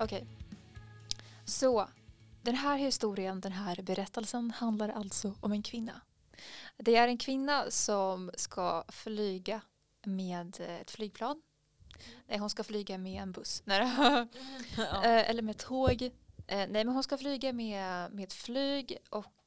Okej. Så, den här historien, den här berättelsen handlar alltså om en kvinna. Det är en kvinna som ska flyga med ett flygplan. Nej, hon ska flyga med en buss. Eller med tåg. Nej, men hon ska flyga med ett flyg och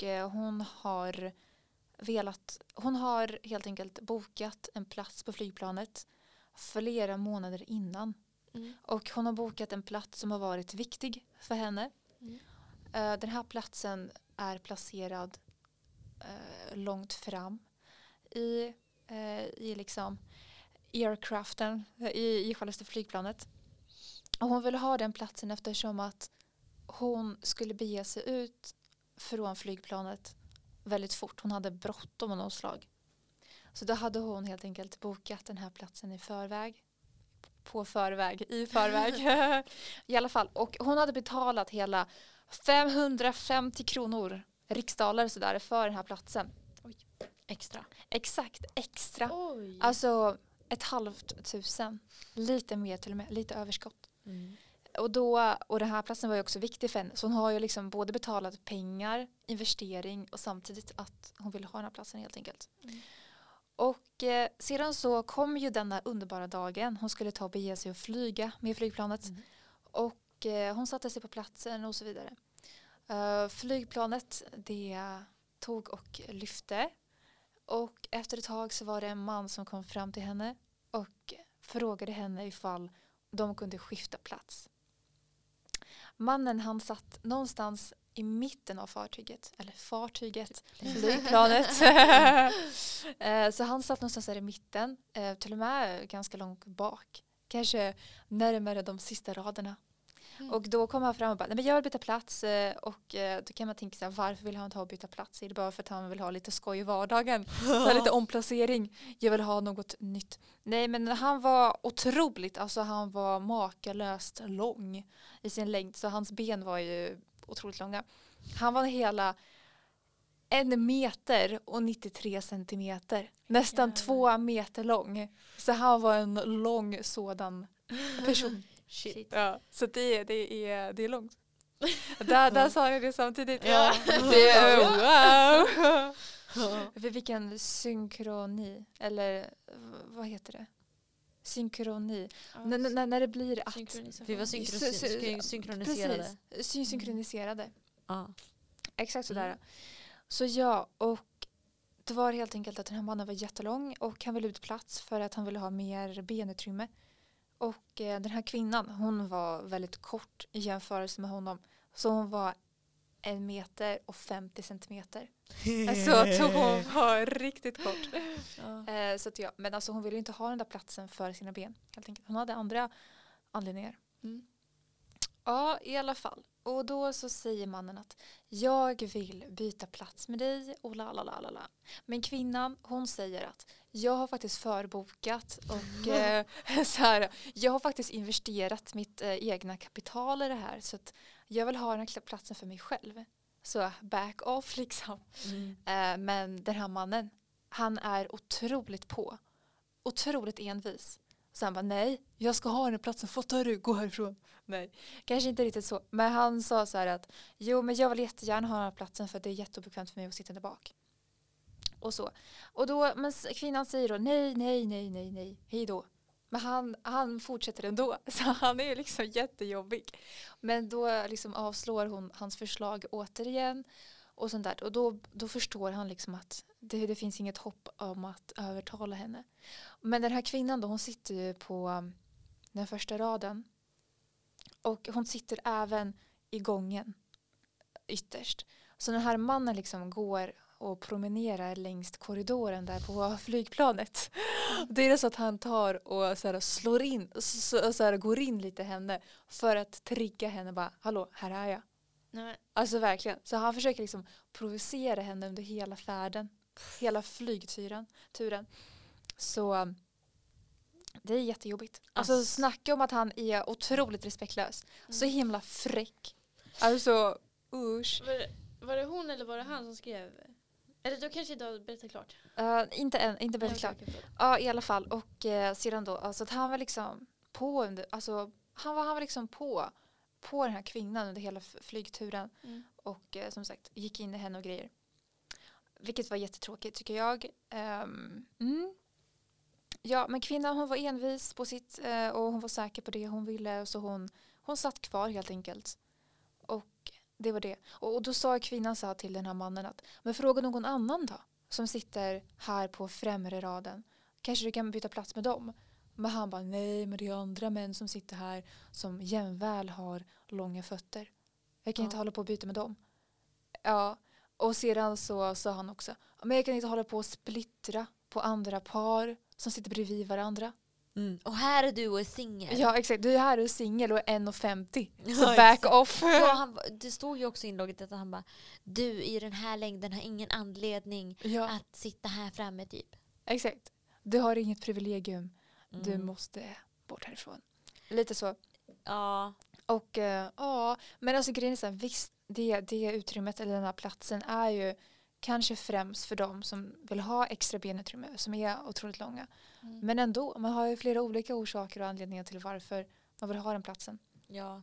hon har helt enkelt bokat en plats på flygplanet flera månader innan. Och hon har bokat en plats som har varit viktig för henne. Den här platsen är placerad långt fram i liksom aircraften, i självaste flygplanet. Och hon ville ha den platsen eftersom att hon skulle bege sig ut från flygplanet väldigt fort. Hon hade bråttom av något slag. Så då hade hon helt enkelt bokat den här platsen i förväg. I alla fall. Och hon hade betalat hela 550 kronor riksdaler sådär för den här platsen. Oj. Extra. Exakt, extra. Oj. Alltså 500. Lite mer till och med, lite överskott. Och den här platsen var ju också viktig för henne. Så hon har ju liksom både betalat pengar, investering och samtidigt att hon ville ha den här platsen helt enkelt. Och sedan så kom ju denna underbara dagen. Hon skulle ta och bege sig och flyga med flygplanet. Och hon satte sig på platsen och så vidare. Flygplanet det tog och lyfte. Och efter ett tag så var det en man som kom fram till henne och frågade henne ifall de kunde skifta plats. Mannen han satt någonstans i mitten av flygplanet. Så han satt någonstans där i mitten, till och med ganska långt bak. Kanske närmare de sista raderna. Och då kom han fram och bara, nej men jag vill byta plats. Och då kan man tänka så här, varför vill han ta och byta plats? Är det bara för att han vill ha lite skoj i vardagen? Så lite omplacering. Jag vill ha något nytt. Nej, men han var otroligt, alltså han var makalöst lång i sin längd. Så hans ben var ju otroligt långa. Han var hela 1 meter och 93 centimeter. Nästan 2 meter lång. Så han var en lång sådan person. Shit. Ja, så det är långt. Där sa ni det samtidigt. Ja. Det är wow. För vilken synkroni. Eller vad heter det? Synkroni. När det blir att... Vi var synkroniserade. Precis, synkroniserade. Ja. Exakt sådär. Så ja, och det var helt enkelt att den här mannen var jättelång och han ville ut plats för att han ville ha mer benutrymme. Och den här kvinnan, hon var väldigt kort i jämförelse med honom. Så hon var 1 meter och 50 centimeter. Så hon var riktigt kort. Så att men alltså hon ville ju inte ha den där platsen för sina ben. Helt enkelt. Hon hade andra anledningar. Ja, i alla fall. Och då så säger mannen att jag vill byta plats med dig och la. Men kvinnan, hon säger att jag har faktiskt förbokat och så här, jag har faktiskt investerat mitt egna kapital i det här så att jag vill ha den här platsen för mig själv. Så back off liksom. Men den här mannen, han är otroligt envis. Så han bara, nej, jag ska ha den här platsen, fattar du, gå härifrån. Nej, kanske inte riktigt så. Men han sa så här att, jo men jag vill jättegärna ha den här platsen för det är jätteobekvämt för mig att sitta där bak. Och så. Och då, men kvinnan säger då, nej, hej då. Men han fortsätter ändå, så han är liksom jättejobbig. Men då liksom avslår hon hans förslag återigen. Och sånt där. Och då förstår han liksom att det finns inget hopp om att övertala henne. Men den här kvinnan då, hon sitter ju på den första raden. Och hon sitter även i gången ytterst. Så den här mannen liksom går och promenerar längs korridoren där på flygplanet. Det är så att han tar och så här slår in, så här går in lite henne för att trigga henne bara, hallå, här är jag. Nej. Alltså verkligen. Så han försöker liksom provocera henne under hela färden. Hela flygturen. Så det är jättejobbigt. Alltså snacka om att han är otroligt respektlös. Så himla fräck. Alltså, usch. Var det hon eller var det han som skrev? Eller då kanske inte har berättat klart. Inte berättat klart. Ja, i alla fall. Och sedan då, alltså att han var liksom på under, alltså han var liksom på på den här kvinnan under hela flygturen. Mm. Och som sagt, gick in i henne och grejer. Vilket var jättetråkigt tycker jag. Ja, men kvinnan hon var envis på sitt och hon var säker på det hon ville. Så hon satt kvar helt enkelt. Och det var det. Och då sa kvinnan så här till den här mannen att men fråga någon annan då. Som sitter här på främre raden. Kanske du kan byta plats med dem. Men han bara nej, men det är andra män som sitter här som jämväl har långa fötter. Jag kan inte hålla på att byta med dem. Ja, och sedan så sa han också men jag kan inte hålla på att splittra på andra par som sitter bredvid varandra. Och här är du och är singel. Ja, exakt. Du är här och är singel och är 1,50. Så Ja, back exakt. off. Ja, det stod ju också i inlogget att han bara du i den här längden har ingen anledning Ja, att sitta här framme typ. exakt. Du har inget privilegium. Du måste bort härifrån. Lite så. Ja. Och ja, men alltså grejen är så här, visst, det utrymmet eller den här platsen är ju kanske främst för dem som vill ha extra benutrymme som är otroligt långa. Men ändå, man har ju flera olika orsaker och anledningar till varför man vill ha den platsen. Ja.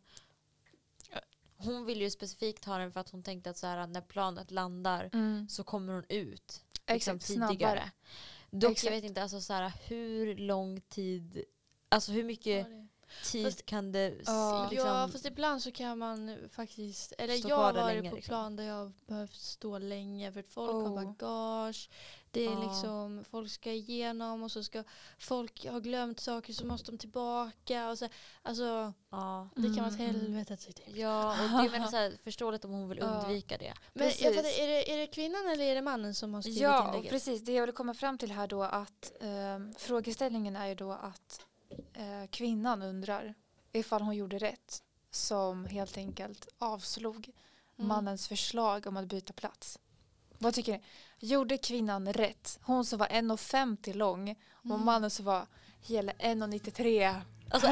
Hon ville ju specifikt ha den för att hon tänkte att så här, när planet landar så kommer hon ut liksom, Exakt, tidigare. snabbare. Dock Exakt. jag vet inte alltså, så här, hur lång tid, alltså hur mycket tid Fast- kan det Ja. liksom, Ja, fast ibland så kan man faktiskt... Eller stå jag kvar har där varit länge, på liksom. plan där jag har behövt stå länge för att folk har Oh. bagage. Det är Ja. liksom, folk ska igenom och så ska folk ha glömt saker så måste de tillbaka. Och så, alltså, ja. det kan vara ett helvete att sitta i. Ja, och det menar så här, förståeligt om hon vill Ja. undvika det. Men Precis. jag fattar, är det kvinnan eller är det mannen som har skrivit Ja, och inlägget? precis. Det jag vill komma fram till här då att frågeställningen är ju då att kvinnan undrar ifall hon gjorde rätt som helt enkelt avslog mannens förslag om att byta plats. Vad tycker ni? Gjorde kvinnan rätt? Hon som var 1,50 lång och mannen som var hela 1,93. Alltså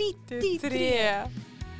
1,93!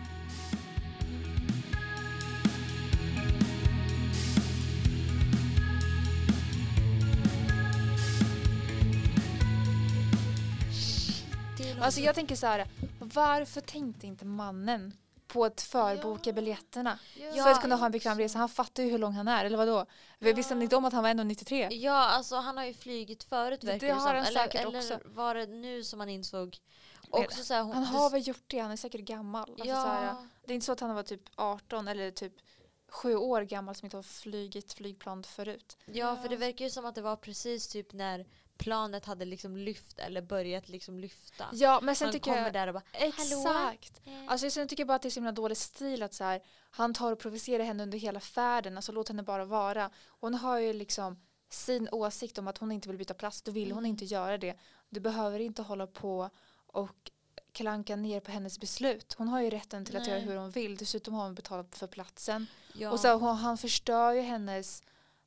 Alltså jag tänker så här, varför tänkte inte mannen på att förboka biljetterna för att kunna ha en bekväm resa? Han fattar ju hur lång han är, eller vadå? Visste han inte om att han var 1,93? Ja, alltså han har ju flygit förut verkar Det det har som. han säkert eller också. var det nu som han insåg? Också så här, Han har väl gjort det, han är säkert gammal. Alltså ja, så här, det är inte så att han var typ 18 eller typ 7 år gammal som inte har flygit flygplan förut. ja, för det verkar ju som att det var precis typ när planet hade liksom lyft eller börjat liksom lyfta. Ja, men sen Han tycker kommer jag... där och bara Exakt. Alltså sen tycker jag bara att det är så himla dålig stil att så här, han tar och provocerar henne under hela färden. Alltså låt henne bara vara. Hon har ju liksom sin åsikt om att hon inte vill byta plats. Då vill hon inte göra det. Du behöver inte hålla på och klanka ner på hennes beslut. Hon har ju rätten till att Nej. göra hur hon vill. Dessutom har hon betalat för platsen. ja. Och så han förstör ju hennes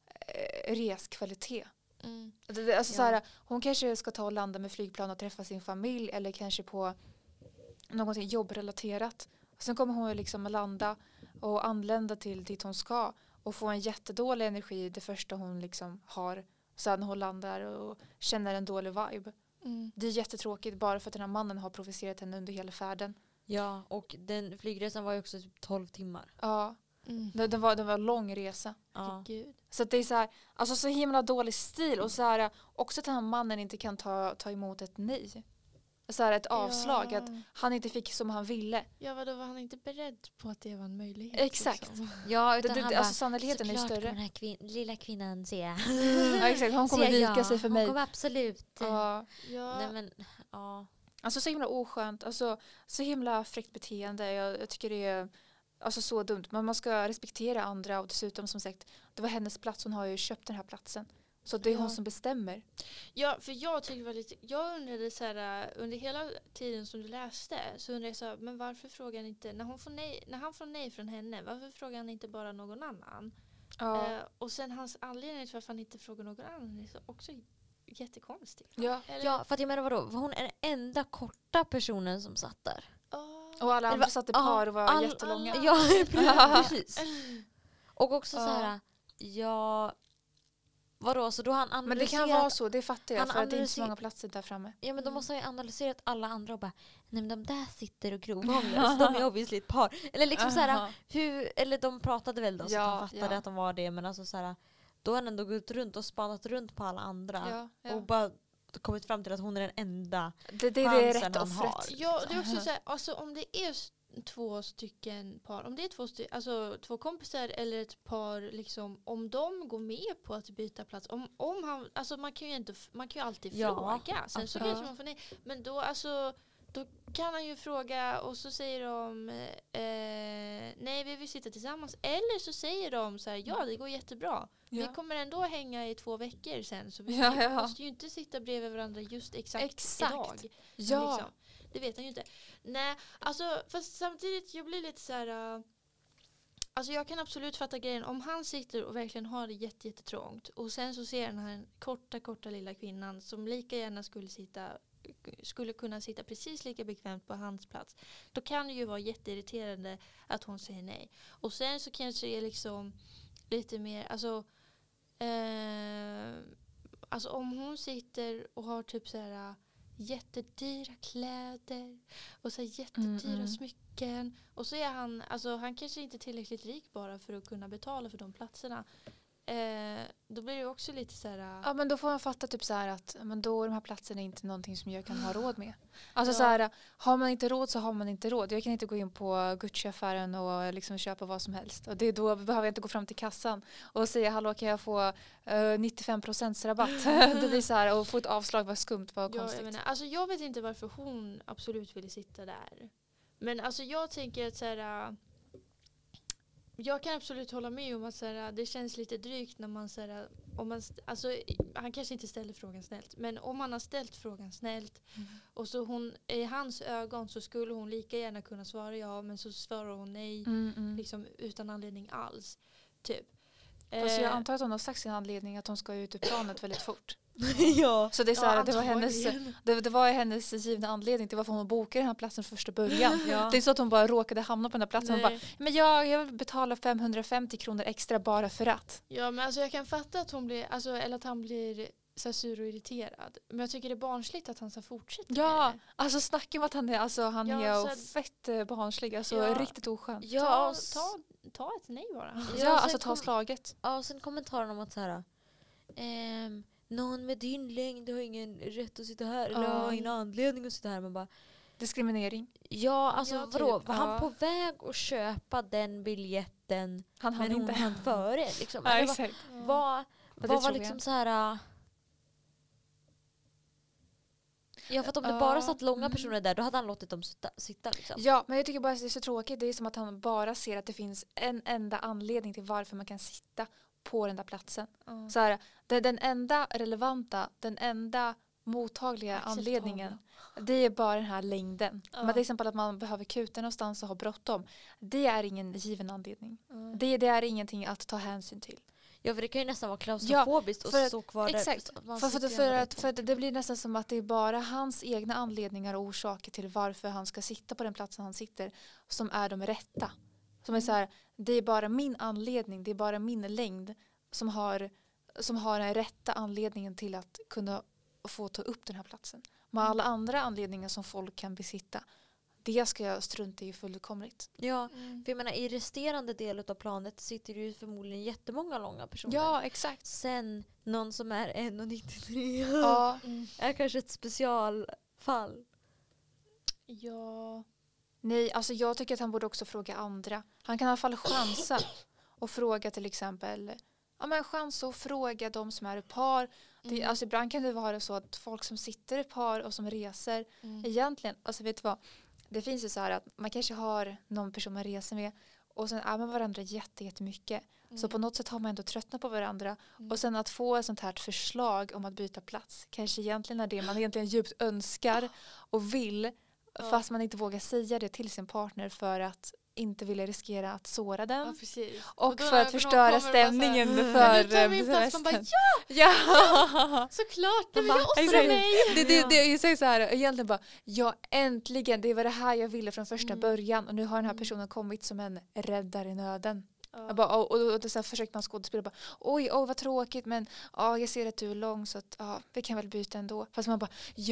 reskvalitet. Mm. Alltså Ja. så här, hon kanske ska ta och landa med flygplan och träffa sin familj eller kanske på någonting jobbrelaterat. Sen kommer hon ju liksom att landa och anlända till dit hon ska och få en jättedålig energi det första hon liksom har. Sen när hon landar och känner en dålig vibe. Mm. Det är jättetråkigt bara för att den här mannen har provocerat henne under hela färden. Ja, och den flygresan var ju också typ 12 timmar. Ja, Mm. det var en lång resa. Ja. Gud. Så att det är så här, alltså så himla dålig stil och så här, också att den här mannen inte kan ta emot ett nej. Så här ett avslag, att han inte fick som han ville. Ja, vadå, var han inte beredd på att det var en möjlighet? Exakt. Liksom? Ja, utan han Alltså bara, sannolikheten är ju såklart större. kommer den här lilla kvinnan se. Ja, exakt, hon kommer Se, vika ja, sig för hon mig. kommer absolut. Ja. Ja. Nej men, ja. Alltså så himla oskönt, alltså så himla fräckt beteende. Jag tycker det är alltså så dumt. Men man ska respektera andra och dessutom som sagt, det var hennes plats, hon har ju köpt den här platsen. Så det är hon Ja. som bestämmer. Ja, för jag tycker det var lite, jag undrade så här, under hela tiden som du läste så undrade jag så här, men varför frågar han inte, när han får nej från henne, varför frågar han inte bara någon annan? Ja. Och sen hans anledning till varför han inte frågar någon annan är så också jättekonstigt. Ja. Eller, Ja, för att jag menar vadå? Var hon är den enda korta personen som satt där? Och alla andra satt i par och var jättelånga. Ja, precis. Och också Ja. så här, ja, Vadå, så då har han analyserat... Men det kan vara så, det fattar jag. Han För att det är inte så många platser där framme. Ja, men då måste han ju analyserat alla andra och bara, nej men de där sitter och grovhånglar, så de är obviously ett par. Eller liksom såhär, eller de pratade väl då så att han fattade att de var det, men alltså såhär, då har han ändå gått runt och spanat runt på alla andra. Och bara kommit fram till att hon är den enda det är rätt han har. Ja, det är också såhär, alltså om det är två stycken par, om det är alltså två kompisar eller ett par liksom, om de går med på att byta plats, om han, alltså man kan ju alltid fråga, sen så vet man för nej, men då alltså då kan han ju fråga och så säger de nej, vi vill sitta tillsammans, eller så säger de så här, ja det går jättebra, vi kommer ändå hänga i 2 veckor sen, så vi måste ju inte sitta bredvid varandra just exakt. Idag. Ja. Liksom. Det vet han ju inte. Nej, alltså fast samtidigt jag blir lite så här. Alltså jag kan absolut fatta grejen om han sitter och verkligen har det jättetrångt och sen så ser den här korta lilla kvinnan som lika gärna skulle kunna sitta precis lika bekvämt på hans plats. Då kan det ju vara jätteirriterande att hon säger nej. Och sen så kanske det är liksom lite mer, alltså om hon sitter och har typ så här jättedyra kläder och så jättedyra smycken, och så är han kanske inte tillräckligt rik bara för att kunna betala för de platserna. Då blir det också lite så här. Ja, men då får man fatta typ så här att men då är de här platserna inte någonting som jag kan ha råd med. Alltså så här, har man inte råd så har man inte råd. Jag kan inte gå in på Gucci-affären och liksom köpa vad som helst. Och det är då behöver jag inte gå fram till kassan och säga hallå, kan jag få 95% rabatt? Det blir så här, och få ett avslag, var skumt, var konstigt. Jag vet inte varför hon absolut ville sitta där. Men alltså jag tänker att så här, jag kan absolut hålla med om att så här, det känns lite drygt när man så här, alltså han kanske inte ställer frågan snällt, men om han har ställt frågan snällt och så hon i hans ögon så skulle hon lika gärna kunna svara ja, men så svarar hon nej liksom utan anledning alls typ. Fast jag antar att hon har sagt sin anledning att hon ska ut ur planet väldigt fort. Ja. Så det är så här, det var hennes givna anledning till varför hon bokade den här platsen första början. Det är så att hon bara råkade hamna på den här platsen. Hon bara, men jag vill betala 550 kronor extra bara för att. Ja, men alltså jag kan fatta att hon blir, alltså, eller att han blir så här sur och irriterad. Men jag tycker det är barnsligt att han ska fortsätta. Ja, alltså snacka om att han är fett barnslig. Alltså riktigt oskön. Ja, ta ett nej bara. Ja, alltså ta slaget. Ja, och sen kommentaren om att så här, någon med din längd har ingen rätt att sitta här, eller har ingen anledning att sitta här. Men bara, diskriminering. Ja, alltså vadå? Var han på väg att köpa den biljetten men hon hann före? Liksom. Ja, exakt. Vad var liksom så här... Ja, för att om det bara satt långa personer där, då hade han låtit dem sitta liksom. Ja, men jag tycker bara att det är så tråkigt. Det är som att han bara ser att det finns en enda anledning till varför man kan sitta på den där platsen. Så här, den enda relevanta, den enda mottagliga anledningen, det är bara den här längden. Men till exempel att man behöver kuta någonstans och ha bråttom, det är ingen given anledning. Det är ingenting att ta hänsyn till. Ja, för det kan ju nästan vara klaustrofobiskt och stå kvar där. Exakt, för att det blir nästan som att det är bara hans egna anledningar och orsaker till varför han ska sitta på den platsen han sitter som är de rätta. Som är så här, det är bara min anledning, det är bara min längd som har den rätta anledningen till att kunna få ta upp den här platsen. Med alla andra anledningar som folk kan besitta, det ska jag strunta i fullkomligt. Ja, för jag menar, i resterande del av planet sitter ju förmodligen jättemånga långa personer. Ja, exakt. Sen någon som är 1,93 är kanske ett specialfall. Ja. Nej, alltså jag tycker att han borde också fråga andra. Han kan i alla fall chansa och fråga till exempel, chansa och fråga de som är ett par. Alltså ibland kan det vara så att folk som sitter i par och som reser egentligen, alltså vet du vad, det finns ju så här att man kanske har någon person man reser med och sen är man varandra jättemycket. Så på något sätt har man ändå tröttnat på varandra. Och sen att få ett sånt här förslag om att byta plats kanske egentligen är det man egentligen djupt önskar och vill, fast man inte vågar säga det till sin partner för att inte vilja riskera att såra den. Ja, och för att förstöra stämningen för semestern. Ja, såklart. Det vill jag offra mig. Det är så här, egentligen bara, äntligen, det var det här jag ville från första början. Och nu har den här personen kommit som en räddare i nöden. Jag bara, och så här försökte man skådespela bara, oj vad tråkigt, men jag ser att du är lång så att vi kan väl byta ändå. Fast man bara,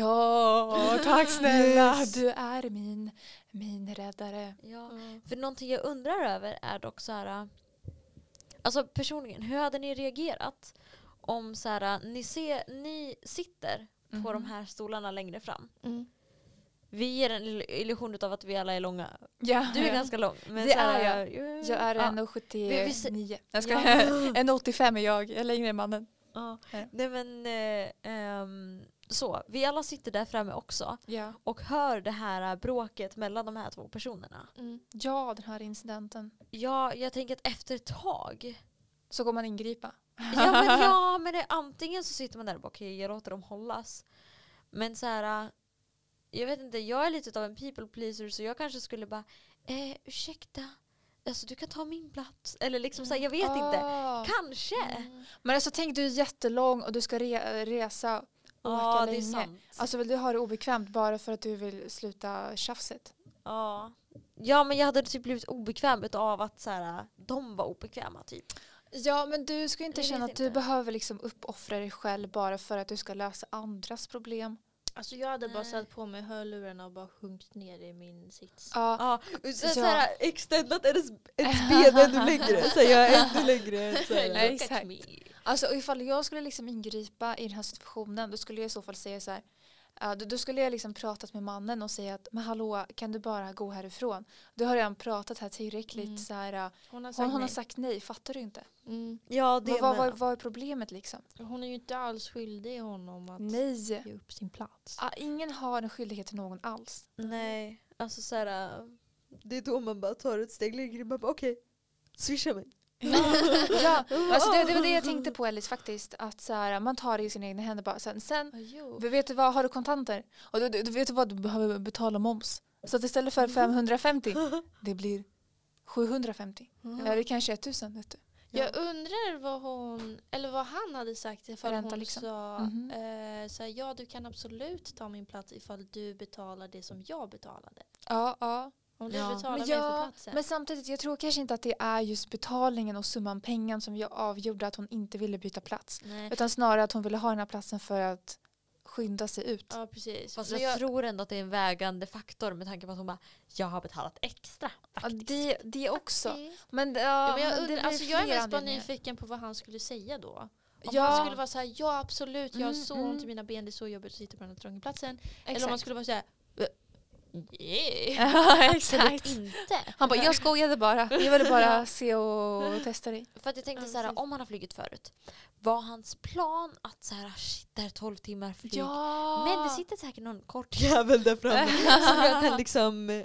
ja tack snälla, du är min räddare. Ja. För någonting jag undrar över är dock så här, alltså personligen, hur hade ni reagerat om så här, ni sitter på de här stolarna längre fram. Vi ger en illusion av att vi alla är långa. Ja, du är ganska lång. Men det så här, är jag är 1,79. Jag ska 1,85 är jag är längre än mannen. Nej men så, vi alla sitter där framme också och hör det här bråket mellan de här två personerna. Ja, den här incidenten. Ja, jag tänker att efter ett tag så går man ingripa. Men det, antingen så sitter man där och bara okej, jag låter dem hållas. Men så här, jag vet inte, jag är lite av en people pleaser så jag kanske skulle bara ursäkta, alltså du kan ta min plats. Eller liksom så här, jag vet inte. Kanske. Men alltså tänk, du är jättelång och du ska resa och åka länge. Det är sant. Alltså vill du ha det obekvämt bara för att du vill sluta tjafset? Ja, men jag hade typ blivit obekväm av att så här, de var obekväma typ. Ja, men du ska inte känna att du behöver liksom uppoffra dig själv bara för att du ska lösa andras problem. Alltså jag hade bara satt på mig hörlurarna och bara sjunkit ner i min sits. Så här, extendat ens ben ännu längre. Så jag är ännu längre. Exakt. Alltså ifall jag skulle liksom ingripa i den här situationen, då skulle jag i så fall säga så här. Då skulle jag liksom pratat med mannen och säga att men hallå, kan du bara gå härifrån? Du har redan pratat här tillräckligt. Så här, hon har sagt nej, fattar du inte? Ja, det vad är problemet liksom? Hon är ju inte alls skyldig honom att ge upp sin plats. Ingen har en skyldighet till någon alls. Nej, alltså så här, det är då man bara tar ett steg längre. Man bara okej, swisha mig. Ja, alltså det var det jag tänkte på, Alice, faktiskt, att så här, man tar det i sina egna händer bara. Sen vet du vad, har du kontanter och du vet vad, du behöver betala moms, så att istället för 550 det blir 750 eller det kanske är 1000, vet du. Jag undrar vad han hade sagt ifall hon liksom sa så här, ja, du kan absolut ta min plats ifall du betalar det som jag betalade. Om du betalar mer för platsen. Men samtidigt, jag tror kanske inte att det är just betalningen och summan pengar som jag avgjorde att hon inte ville byta plats. Nej. Utan snarare att hon ville ha den här platsen för att skynda sig ut. Ja, precis. Fast jag tror ändå att det är en vägande faktor med tanke på att hon bara, jag har betalat extra. Det också. Men, men jag är mest bara nyfiken på vad han skulle säga då. Om han skulle vara så här, ja absolut, jag har så ont i mina ben, det är så jobbigt att sitta på den här trånga platsen. Eller om han skulle vara så här, exakt. Inte. Han bara, jag skojade bara. Jag ville bara se och testa dig. För att jag tänkte så här, om han har flugit förut, var hans plan att så här, shit, det är 12 timmar flyg. Ja. Men det sitter säkert någon kort jävel där framme som jag kan liksom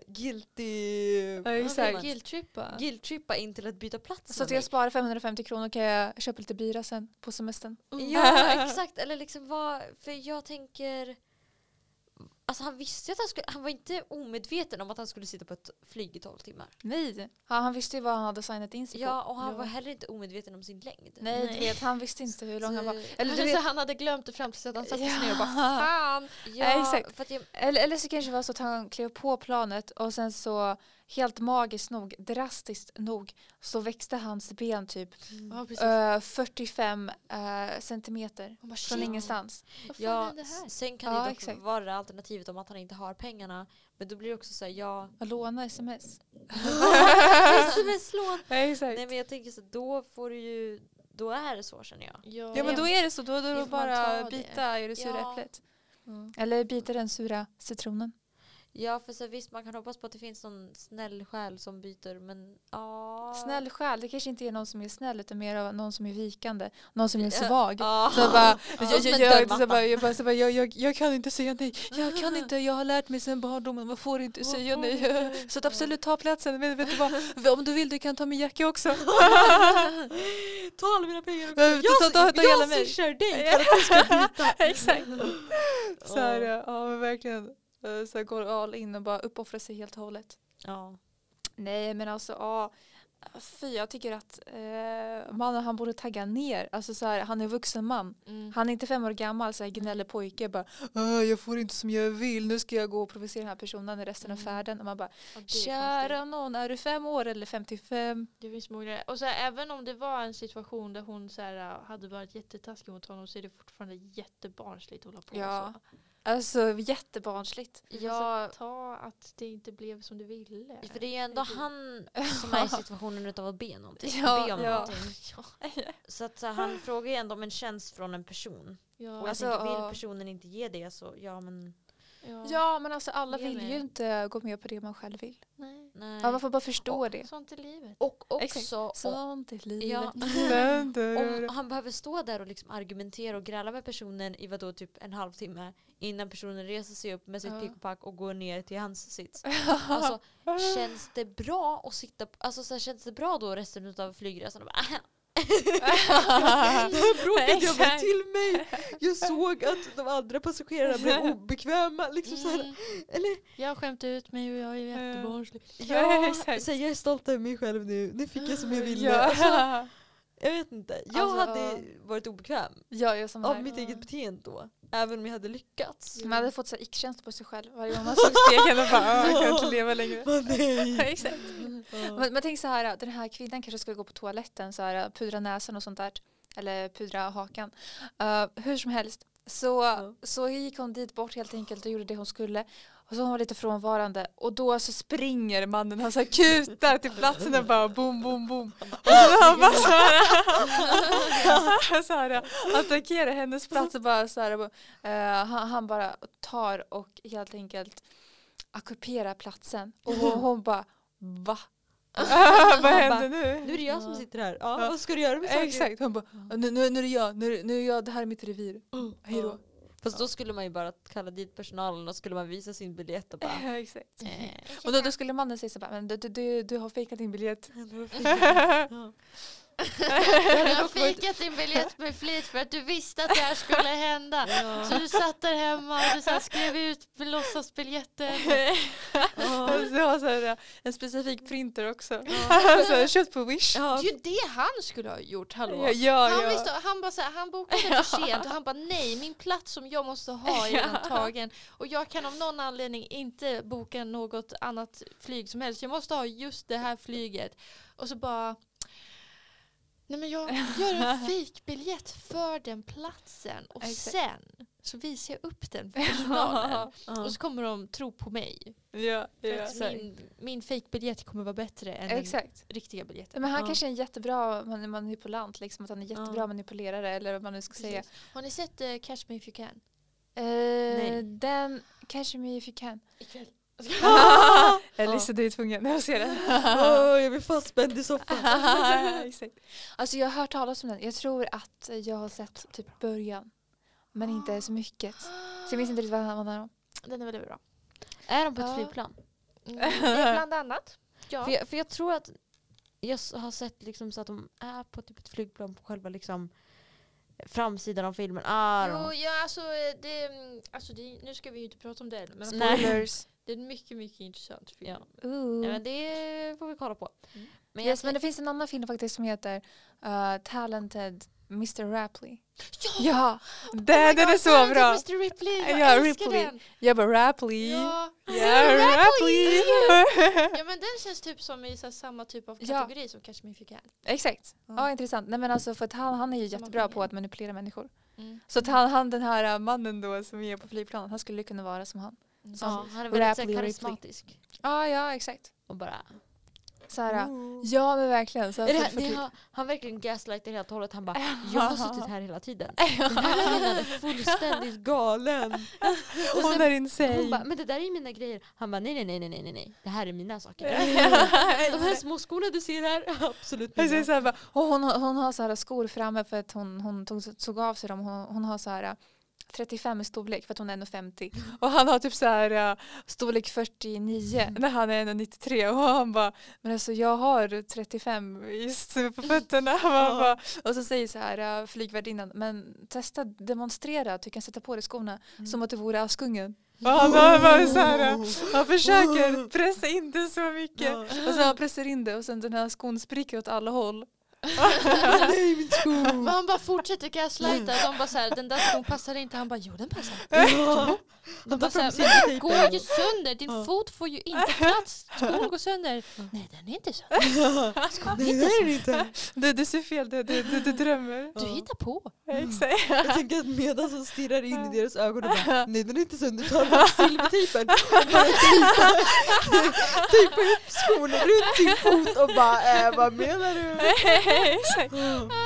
guilt-trippa in till att byta plats. Så att jag sparar 550 kronor, kan jag köpa lite bira sen på semestern. Ja, exakt. Eller liksom för jag tänker, alltså han visste att han var inte omedveten om att han skulle sitta på ett flyg i 12 timmar. Nej, han visste ju vad han hade signat in sig på. Ja, och han var heller inte omedveten om sin längd. Nej. Du vet, han visste inte hur lång han var. Eller han hade glömt det fram till att han satte sig ner och bara fan. Ja, exakt. För att eller så kanske det var så att han klev på planet och sen så helt magiskt nog, drastiskt nog, så växte hans ben typ 45 centimeter från ingenstans. Ja, sen kan det dock vara det alternativet om att han inte har pengarna. Men då blir det också så här, låna sms. Sms-lån. Exakt. Nej, men jag tänker så då får du ju, då är det så, känner jag. Ja, men då är det så. Då är det bara bita i det sura äpplet. Eller bita den sura citronen. Ja, för så visst, man kan hoppas på att det finns någon snäll själ som byter, men snäll själ, det kanske inte är någon som är snäll utan mer av någon som är vikande, någon som är svag. Så jag kan inte säga nej. Jag kan inte, jag har lärt mig sedan barndomen, man får inte säga nej. Så att absolut ta platsen. Vet du vad? Om du vill, du kan ta min jacka också. Ta alla mina pengar också. Jag swishar dig för att du ska byta. Exakt. Så här, men verkligen. Så går all in och bara uppoffra sig helt och hållet. Ja. Nej, men alltså Jag tycker att mannen han borde tagga ner. Alltså så här, han är vuxen man. Han är inte 5 år gammal så här gnäller pojke bara jag får inte som jag vill. Nu ska jag gå och provocera den här personen i resten av färden. Och man bara kära någon, är du 5 år eller 55? Det finns många. Och så här, även om det var en situation där hon så här, hade varit jättetaskig mot honom så är det fortfarande jättebarnsligt att hålla på så. Alltså jättebarnsligt. Ja, ta att det inte blev som du ville. För det är ju ändå han som är i situationen utav att be någonting. Ja, be om ja. någonting. Så att så, han frågar ju ändå om en tjänst från en person. Ja. Och alltså, vill personen inte ge det så men... Ja, men alltså alla vill ju inte gå med på det man själv vill. Nej. Ja, man får bara förstå det. Sånt är livet. Och också... Sånt är livet. Ja. Om han behöver stå där och liksom argumentera och gräla med personen i typ en halvtimme innan personen reser sig upp med sitt pick och pack och går ner till hans sits. Alltså, känns det bra att sitta... Alltså, så här, känns det bra då resten av flygresan? Och bara, det här bråket jag var till mig. Jag såg att de andra passagerarna blev obekväma. Liksom så här. Eller? Jag skämte ut mig och jag är jättebarnslig. Ja, så jag är stolt över mig själv nu. Nu fick jag som jag ville. Alltså, jag vet inte. Jag hade varit obekväm av mitt eget beteende då. Även om jag hade lyckats. Man hade fått så ick-känsla på sig själv varje gång man såg spegeln och bara jag kan inte leva längre. Nej. Exakt. Man tänker så här, den här kvinnan kanske skulle gå på toaletten så här, pudra näsan och sånt där. Eller pudra hakan. Hur som helst. Så gick hon dit bort helt enkelt och gjorde det hon skulle. Och så hon var lite frånvarande. Och då så springer mannen. Han så här kutar till platsen och bara boom, boom, boom. Och så han bara så här attackerar hennes plats och bara så här. Han bara tar och helt enkelt ockuperar platsen. Och hon bara, va? Vad händer nu? Nu är det jag som sitter här. Ja, vad ska du göra med saker? Exakt. Hon bara, nu är det jag. Nu är jag, det här är mitt revir. Hej då. Fast då skulle man ju bara kalla dit personalen och skulle man visa sin biljett och bara... Exakt. Och då skulle mannen säga så bara, men du har fejkat din biljett. Jag har fikat din biljett med flit för att du visste att det här skulle hända. Så du satt där hemma och du så skrev ut låtsasbiljetten. Och så har så en specifik printer också. Så köpt på Wish. Det är ju det han skulle ha gjort, hallå. Han bokade för sent och han bara nej, min plats som jag måste ha är redan tagen. Och jag kan av någon anledning inte boka något annat flyg som helst. Jag måste ha just det här flyget. Och så bara... Nej, men jag gör en fejkbiljett för den platsen och sen så visar jag upp den för personalen och så kommer de tro på mig. Min fejkbiljett kommer vara bättre än den riktiga biljetten. Men han kanske är en jättebra manipulant, liksom, att han är jättebra manipulerare eller vad man nu ska säga. Har ni sett Catch Me If You Can? Nej. Den Catch Me If You Can. Ikväll. Elisa, du är tvungen att se den. Jag blir fastspänd i soffan. Alltså jag har hört talas om den. Jag tror att jag har sett typ början. Men inte så mycket. Så jag minns inte riktigt vad han är om. Den är väldigt bra. Är de på ett flygplan? Bland annat. Ja. För jag tror att jag har sett liksom så att de är på typ ett flygplan på själva liksom framsidan av filmen. Nu ska vi ju inte prata om det. Men spoilers. Det är en mycket, mycket intressant film. Ja, men det får vi kolla på. Men det finns en annan film faktiskt som heter Talented Mr. Ripley. Ja! Den är så bra. Mr. Ripley. Jag älskar den. Jag bara Ripley. Ja, Ripley. Ja, men den känns typ som i samma typ av kategori som Catch Me If You Can. Exakt. Ja, intressant. Nej, men alltså för att han är ju jättebra på att manipulera människor. Så att han den här mannen då som är på flygplanet, han skulle kunna vara som han. Han är väldigt karismatisk. Ja, exakt. Och bara... Såhär, ja men verkligen. Så han verkligen gaslightar helt och hållet. Han bara, jag har suttit här hela tiden. Den här kvinnan är fullständigt galen. Hon är insane. Hon bara, men det där är mina grejer. Han bara, nej. Det här är mina saker. De här små skorna du ser här, absolut mina. Så här, bara, hon har så här skor framme för att hon tog av sig dem. Hon har så här 35 i storlek för att hon är 1,50. Och han har typ så här storlek 49 när han är 1,93. Och han bara, men alltså jag har 35 just på fötterna. Och så säger så här flygvärdinnan, men testa demonstrera att du kan sätta på dig skorna som att du vore Askungen. Och han bara så här, han försöker pressa in det så mycket. Och så han pressar in det och sen den här skon spricker åt alla håll. Nej, min sko. Men han bara fortsätter gaslighta. De bara såhär, den där skon passar inte. Han bara, jo den passar. De bara såhär, går ju sönder. Din fot får ju inte plats. Skon går sönder. Nej, den är inte sönder. Skon är inte sönder. Du ser fel, du drömmer. Du hittar på. Exakt. Jag tänker att medan som stirrar in i deras ögon och bara, nej den är inte sönder, tar silvertejpen. Tejpa upp skorna runt sin fot och bara, vad menar du? Exakt.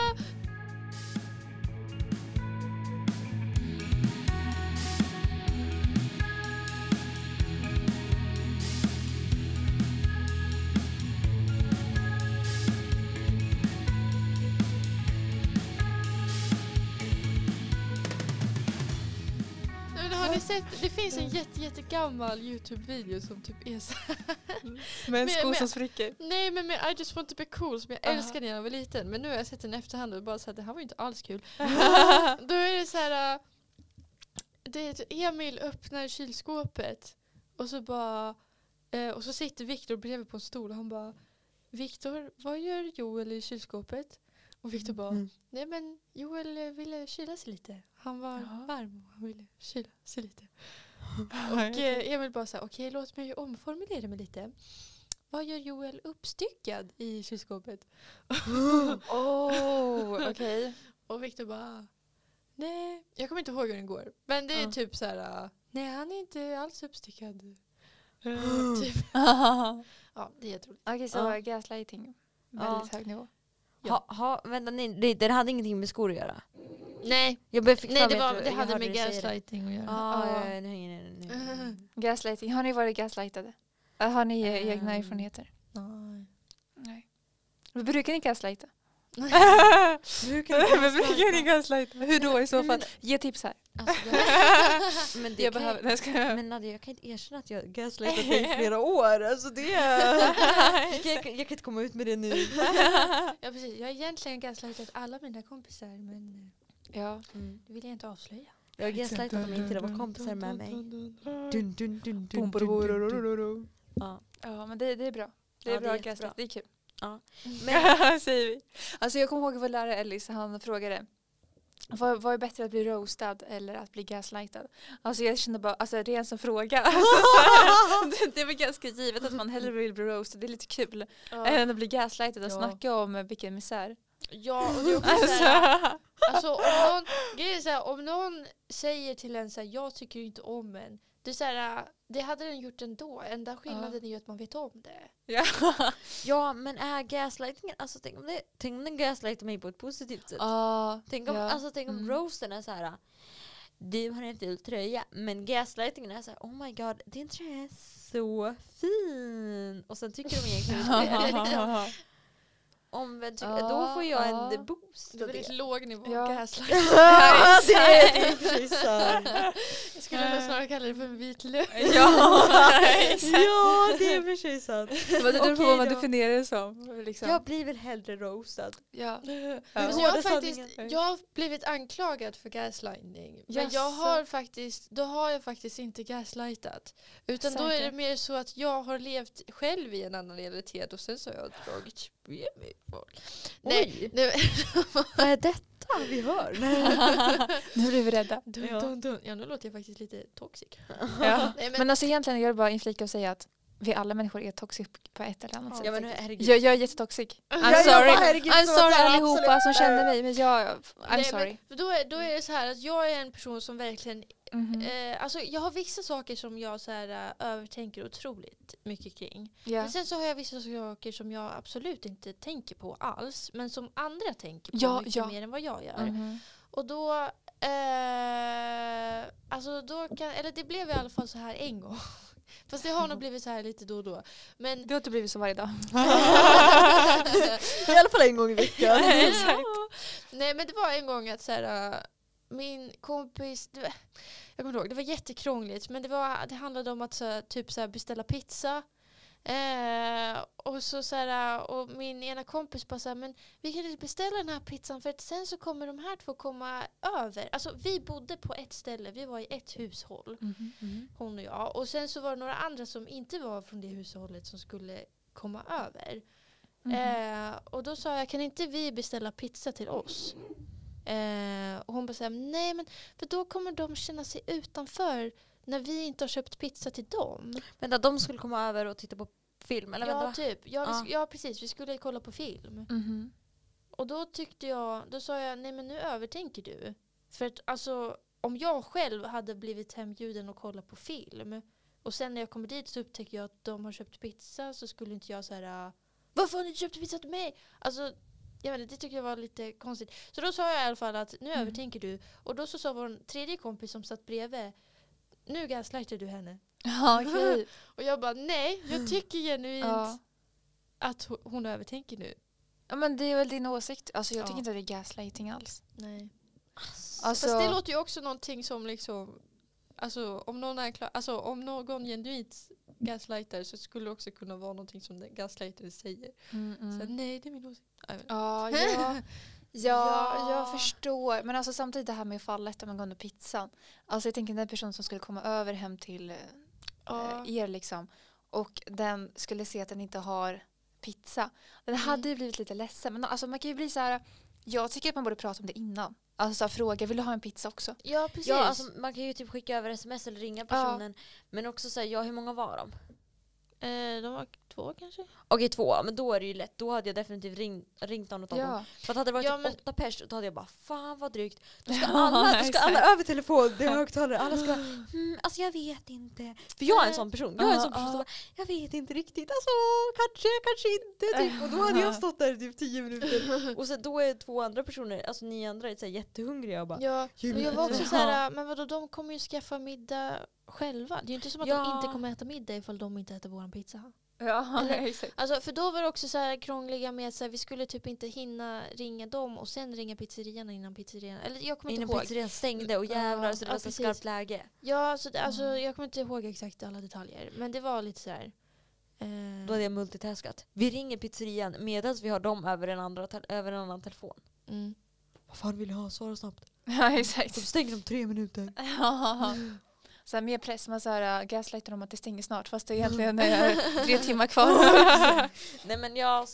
Har ni sett, det finns en jättegammal YouTube-video som typ är så här. Med en sko som spricker. Nej, men med I just want to be cool som jag älskade när jag var liten. Men nu har jag sett den i efterhand och bara så här, det här var ju inte alls kul. Då är det så här, det är Emil öppnar kylskåpet och så bara och så sitter Viktor bredvid på en stol och han bara, Viktor, vad gör Joel i kylskåpet? Och Viktor bara, nej men Joel ville kyla sig lite. Han var varm och han ville kyla sig lite. Och Emil bara såhär, okej, låt mig omformulera mig lite. Vad gör Joel uppstyckad i kylskåpet? Okej. Och Viktor bara, nej, jag kommer inte ihåg hur den går. Men det är typ så här, nej han är inte alls uppstyckad. Typ. Ja, det är jätteroligt. Okej, så gaslighting. Väldigt hög nivå. Vänta, nej, det hade ingenting med skor att göra. Nej, det hade med gaslighting att göra. Nu. Gaslighting. Har ni varit gaslightade? Har ni egna erfarenheter? Nej. Brukar ni gaslighta? Brukar ni gaslighta? Hur då i så fall? Ge tips här. Alltså, men det men Nadia, jag kan inte erkänna att jag gaslightat dig i flera år. Alltså det jag kan inte komma ut med det nu. Ja, precis. Jag har egentligen gaslightat alla mina kompisar, men det vill jag inte avslöja. Jag har gaslightat dem inte, de var kompisar med mig. Ja, men det är bra. Det är bra gaslight, det är kul. Ja. Men säger vi. Alltså jag kommer ihåg vår lärare Ellis, han frågade vad är bättre att bli roastad eller att bli gaslightad? Alltså jag kände bara, alltså det är en sån fråga. Det är väl ganska givet att man hellre vill bli roastad, det är lite kul. Än att bli gaslightad och snacka om vilken misär. Ja, och det är också alltså om någon säger till en så här, jag tycker inte om en. Det är så här, det hade den gjort ändå. Enda skillnaden är ju att man vet om det. Ja, men är gaslighting, alltså tänk om den gaslightar mig på ett positivt sätt. Tänk om roasten är så här, du har en ful tröja, men gaslightingen är så här, oh my god, din tröja är så fin. Och sen tycker de egentligen inte det. Omvänt, då får jag en boost. Det är väldigt låg nivå gaslight. Det är precis så. Jag skulle nog snarare kalla det för en vit lök. Ja, det är precis sant. Vad det på vad man definierar det som. Liksom. Jag blir väl hellre roastad. Ja. Men jag har blivit anklagad för gaslighting. Men jag har faktiskt inte gaslightat. Utan då är det mer så att jag har levt själv i en annan realitet och sen så har jag dragit med mig folk. Nej. Vad är detta vi hör? Nu blir vi rädda. Ja, nu låter jag faktiskt lite toxic. Ja. Nej, men alltså egentligen gör det bara inflika och säga att vi alla människor är toxic på ett eller annat sätt. Ja, men jag är jättetoxic. I'm sorry allihopa som känner mig, men I'm sorry. Men då är det så här att jag är en person som verkligen alltså jag har vissa saker som jag så här övertänker otroligt mycket kring. Men sen så har jag vissa saker som jag absolut inte tänker på alls, men som andra tänker på mycket mer än vad jag gör. Och då alltså då det blev i alla fall så här en gång. Fast det har nog blivit så här lite då och då. Men det har inte blivit så varje dag. I alla fall en gång i veckan. Nej, men det var en gång att så här, min kompis, jag kommer ihåg, det var jättekrångligt, men det handlade om att så här, beställa pizza. Och så här, och min ena kompis bara så här, men vi kan inte beställa den här pizzan för att sen så kommer de här två komma över. Alltså vi bodde på ett ställe, vi var i ett hushåll, hon och jag. Och sen så var det några andra som inte var från det hushållet som skulle komma över. Och då sa jag, kan inte vi beställa pizza till oss? Och hon bara så här, nej men för då kommer de känna sig utanför när vi inte har köpt pizza till dem. Men att de skulle komma över och titta på film? Eller ja, typ. Ja, precis. Vi skulle kolla på film. Och då sa jag, nej men nu övertänker du. För att alltså, om jag själv hade blivit hembjuden och kollat på film och sen när jag kommer dit så upptäcker jag att de har köpt pizza, så skulle inte jag så här, varför har ni inte köpt pizza till mig? Alltså, jag vet inte, det tycker jag var lite konstigt. Så då sa jag i alla fall att nu övertänker du. Och då så sa vår tredje kompis som satt bredvid, nu gaslightar du henne. Okay. Och jag bara, nej, jag tycker genuint att hon övertänker nu. Ja, men det är väl din åsikt. Alltså jag tycker inte att det är gaslighting alls. Nej. Alltså, fast det låter ju också någonting som liksom, alltså om någon är klar, alltså om någon genuint gaslightar så skulle det också kunna vara någonting som den gaslightare säger. Så nej, det är min åsikt. Ja, jag förstår. Men alltså samtidigt det här med fallet angående pizzan. Alltså jag tänker den person som skulle komma över hem till er liksom. Och den skulle se att den inte har pizza. Den hade ju blivit lite ledsen. Men alltså man kan ju bli så här. Jag tycker att man borde prata om det innan. Alltså så här, fråga, vill du ha en pizza också? Ja, precis. Ja, alltså, man kan ju typ skicka över sms eller ringa personen. Men också säga, hur många var de? De var 2 kanske. Okej, 2, men då är det ju lätt. Då hade jag definitivt ringt något av dem. För att hade det varit typ 8 pers, då hade jag bara, fan vad drygt. Då ska alla över telefon, det är högtalare. Alla ska, alltså jag vet inte. För jag är en sån person. Jag är en sån person som bara, jag vet inte riktigt. Alltså, kanske inte. Typ. Och då hade jag stått där i typ 10 minuter. Och så då är 2 andra personer, alltså 9 andra är så här jättehungriga. Och bara, ja, och jag var också så här, men vadå, de kommer ju skaffa middag själva. Det är ju inte som att de inte kommer äta middag ifall de inte äter våran pizza. Ja, eller, exakt. Alltså, för då var det också så här krångliga med att vi skulle typ inte hinna ringa dem och sen ringa pizzerian innan pizzerian. Eller jag kommer inte ihåg. Innan pizzerian stängde och jävlar så det var så skarpt läge. Ja, så alltså, jag kommer inte ihåg exakt alla detaljer. Men det var lite så här. Då hade jag multitaskat. Vi ringer pizzerian medan vi har dem över en annan telefon. Vad fan vill jag ha? Svara snabbt. Ja, exakt. De stänger om 3 minuter. Så här, mer press, man så här, gaslightar om att det stänger snart fast det egentligen är 3 timmar kvar. Nej men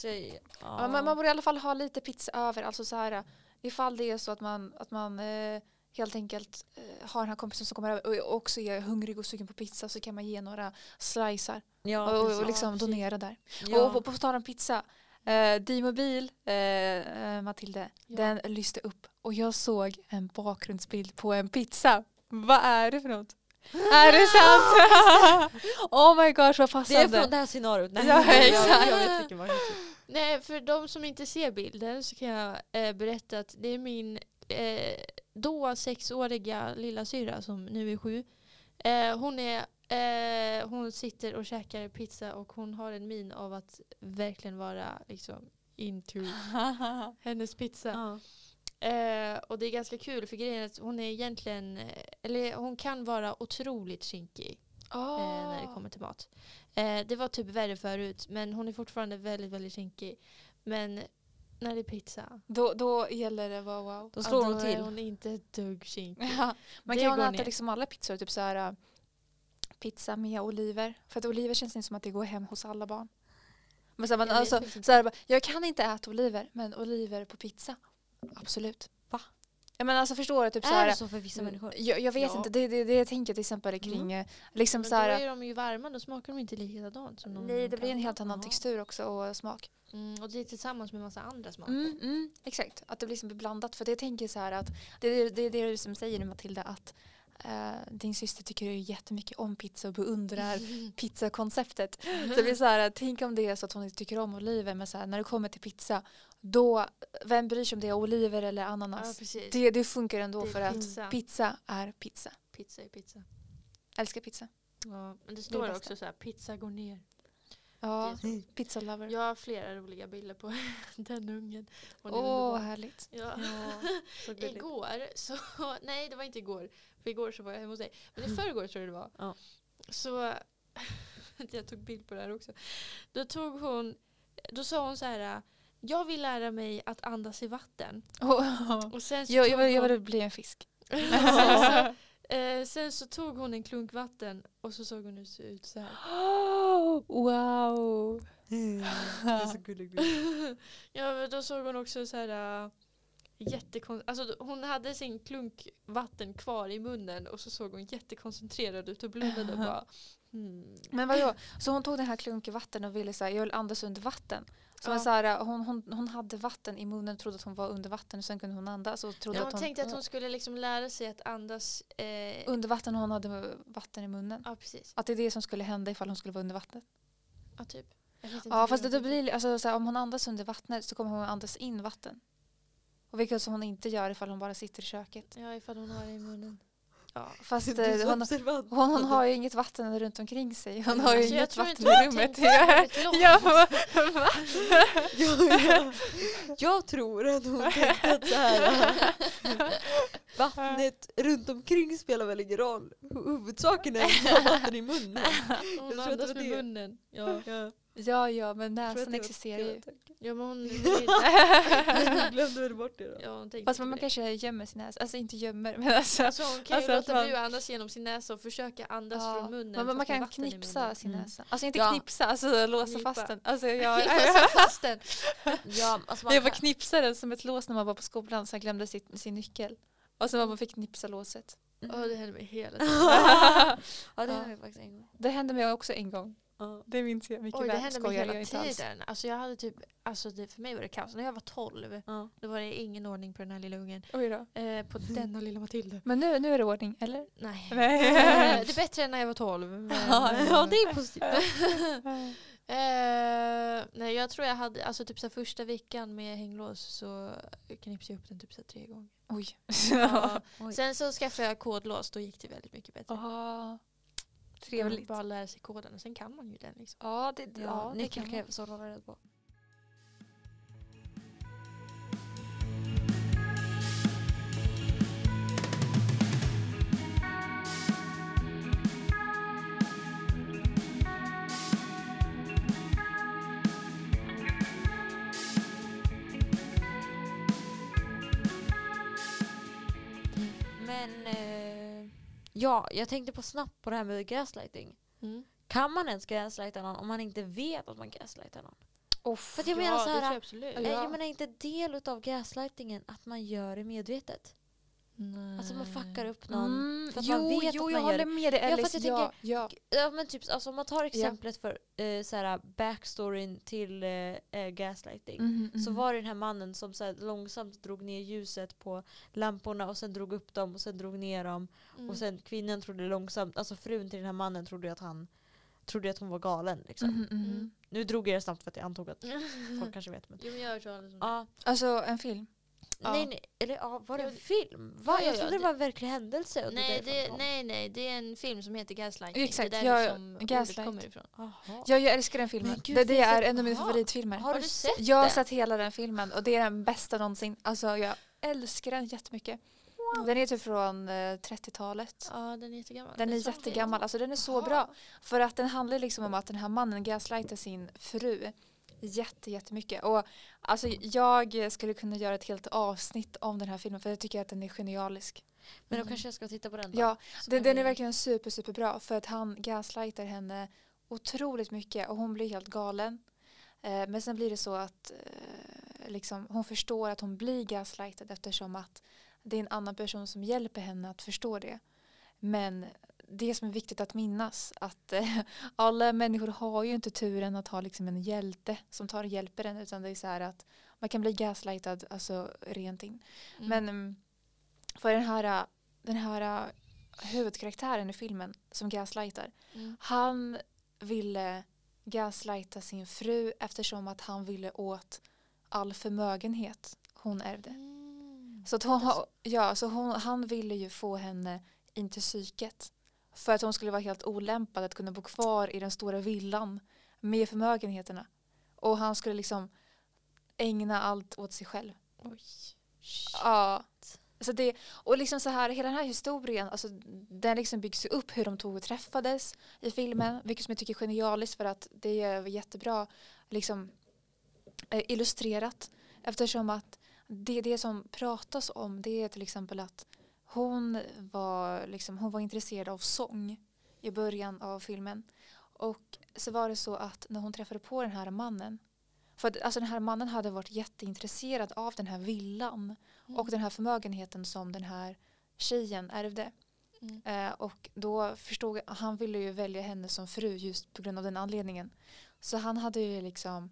man borde i alla fall ha lite pizza över, alltså så här, ifall det är så att man helt enkelt har den här kompisen som kommer över och också är hungrig och sugen på pizza, så kan man ge några slicer och liksom donera där. Och på tal om pizza, D-mobil Matilde, den lyste upp och jag såg en bakgrundsbild på en pizza. Vad är det för något? Är det sant? Oh my gosh, vad passande. Det är från det här scenariot. Nej, ja, exakt. Jag vet inte vad det är. Nej, för de som inte ser bilden så kan jag berätta att det är min då 6-åriga lilla syra som nu är 7. Hon sitter och käkar pizza och hon har en min av att verkligen vara liksom into hennes pizza. Och det är ganska kul för grejen är att hon är egentligen, eller hon kan vara otroligt kinkig när det kommer till mat. Det var typ värre förut, men hon är fortfarande väldigt, väldigt kinkig. Men när det är pizza, då gäller det wow. Då slår hon till. Hon är inte ett dugg kinkig. Ja, man kan äta liksom alla pizzor, typ så här pizza med oliver. För att oliver känns inte som att det går hem hos alla barn. Men jag kan inte äta oliver, men oliver på pizza. Absolut. Va? Ja, men alltså förstår du typ är så här, det så för vissa människor? Jag vet inte, det jag tänker till exempel kring liksom men så här, då är de ju varma, då smakar de inte likadant som någon. Nej, det blir en helt annan textur också och smak. Och det är tillsammans med en massa andra smaker. Exakt, att det blir liksom blandat. För det tänker så här att det är det du som säger nu, Matilda, att din syster tycker ju jättemycket om pizza och beundrar pizzakonceptet. Så det blir så här, tänk om det är så att hon inte tycker om oliver, men så här, när det kommer till pizza, då, vem bryr sig om det är oliver eller ananas? Ja, det funkar ändå för att pizza är pizza. Pizza är pizza. Älskar pizza. Ja, men det står också så här, pizza går ner. Ja, pizza lover. Jag har flera roliga bilder på den ungen. Åh, härligt. Ja. Så Igår så, nej det var inte igår. För igår så var jag hemma hos dig. Men i förrgår tror jag det var. Ja. Så, jag tog bild på det här också. Då sa hon så här: jag vill lära mig att andas i vatten. Och sen så Jag vill bli en fisk. sen så tog hon en klunk vatten och så såg hon ut så här. Wow. Det är så gulligt. Ja, men då såg hon också så här alltså hon hade sin klunk vatten kvar i munnen och så såg hon jättekoncentrerad ut och blundade och bara Men vadå? Så hon tog den här klunken vatten och ville så här, jag vill andas under vatten. Så så här, hon hade vatten i munnen, trodde att hon var under vatten och sen kunde hon andas och trodde hon att hon tänkte att hon skulle liksom lära sig att andas under vatten och hon hade vatten i munnen. Ja, precis. Att det är det som skulle hända ifall hon skulle vara under vattnet. Ja, typ. Ja, fast det blir alltså så här, om hon andas under vattnet så kommer hon andas in vatten. Och vilket som hon inte gör ifall hon bara sitter i köket. Ja, ifall hon har det i munnen. Ja, fast hon har ju inget vatten runt omkring sig. Hon har ju Alltså, inget jag vatten tror i inte rummet. Jag tror att hon tänkte att så här, vattnet runt omkring spelar väl ingen roll. Huvudsaken är att ha vatten i munnen. Hon Jag tror att andas det var med det. munnen. Ja. Ja, men näsan existerar ju. Ja, men hon Jag glömde väl bort det då. ja, hon tänkte Fast på man det. kanske gömmer sin näsa. Alltså inte gömmer, men alltså. Alltså hon kan ju Alltså att låta man- bli att andas genom sin näsa och försöka andas från munnen. Men man fast med kan vatten i knipsa munnen. sin Mm. näsa. Alltså inte Ja. knipsa, alltså låsa Knipa. fast den. Alltså Låsa fast den. Ja, alltså jag var knipsade som ett lås när man var på skolan så jag glömde sin nyckel. Och så man bara fick knipsa låset. Ja, det händer mig hela tiden. Ja, det har jag faktiskt en gång. Det hände mig också en gång. Ja. Det minns jag mycket Oj, det väl. hände mig Skojar jag hela inte alls. tiden. Alltså jag hade typ, för mig var det kaos. När jag var 12, Ja. då var det ingen ordning på den här lilla ungen. Oj då. På denna lilla Matilda. Men nu är det ordning, eller? Nej. Nej. Det är bättre än när jag var 12. Men, Ja, det är positivt. nej, jag tror jag hade, alltså typ så här, första veckan med hänglås så knipsade jag upp den typ så här 3 gånger. Oj. Ja. Oj. Sen så skaffade jag kodlås, då gick det väldigt mycket bättre. Aha. Man Trevligt. bara lära sig koden och sen kan man ju den liksom. Ja, det Ja, kan man. nyckelkräv så håller jag rädd på. Men ja, jag tänkte på snabbt på det här med gaslighting. Kan man ens gaslighta någon om man inte vet att man gaslightar någon? För att jag menar så det tror jag här, absolut. Ja. jag menar inte del av gaslightingen att man gör det medvetet. Nej. Alltså man fuckar upp någon för att man Jo, vet att jag man gör håller det. med dig, Ja, Alice. fast jag Ja. Ja, men typ, alltså om man tar exemplet för så här, backstoryn till gaslighting. Så var det den här mannen som så här, långsamt drog ner ljuset på lamporna och sen drog upp dem och sen drog ner dem. Och sen kvinnan trodde långsamt, alltså frun till den här mannen trodde att hon var galen liksom. Nu drog jag det snabbt för att jag antog att folk kanske vet. Men. Jo, men jag har hört talas om det. Ja. Alltså en film. Ja. Nej, eller ja, var det en Ja, film? ja, Jag ja, trodde det var en verklig händelse. Och Nej, därifrån kom. nej, det är en film som heter Gaslighting. Exakt, det är där ja, som Gaslight. ordet kommer ifrån. Jaha. Ja, jag älskar den filmen. Men gud, Det finns är det- en av mina Jaha. favoritfilmer. Har du sett Jag har den? sett hela den filmen och det är den bästa någonsin. Alltså jag älskar den jättemycket. Den är typ från 30-talet. Ja, den är jättegammal. Den är så jättegammal. Alltså den är så Aha. bra. För att den handlar liksom om att den här mannen gaslightar sin fru jättemycket. Och alltså jag skulle kunna göra ett helt avsnitt om den här filmen för jag tycker att den är genialisk. Men då kanske jag ska titta på den då. Ja, Så den kan är vi- verkligen superbra för att han gaslightar henne otroligt mycket och hon blir helt galen. Men sen blir det så att liksom, hon förstår att hon blir gaslightad eftersom att det är en annan person som hjälper henne att förstå det. Men det som är viktigt att minnas att alla människor har ju inte turen att ha liksom en hjälte som tar och hjälper en utan det är så här att man kan bli gaslightad alltså rent in. Men för den här huvudkaraktären i filmen som gaslightar, han ville gaslighta sin fru eftersom att han ville åt all förmögenhet hon ärvde. Så, att han ville ju få henne in till psyket. För att hon skulle vara helt olämpad att kunna bo kvar i den stora villan med förmögenheterna. Och han skulle liksom ägna allt åt sig själv. Oj. Ja. Så det, och liksom så här, hela den här historien, alltså, den liksom byggs upp hur de två träffades i filmen, vilket som jag tycker är genialiskt för att det är jättebra liksom, illustrerat. Eftersom att det som pratas om, det är till exempel att hon var intresserad av sång i början av filmen. Och så var det så att när hon träffade på den här mannen, för att, alltså den här mannen hade varit jätteintresserad av den här villan och den här förmögenheten som den här tjejen ärvde. Och då förstod jag, han ville ju välja henne som fru just på grund av den anledningen. Så han hade ju liksom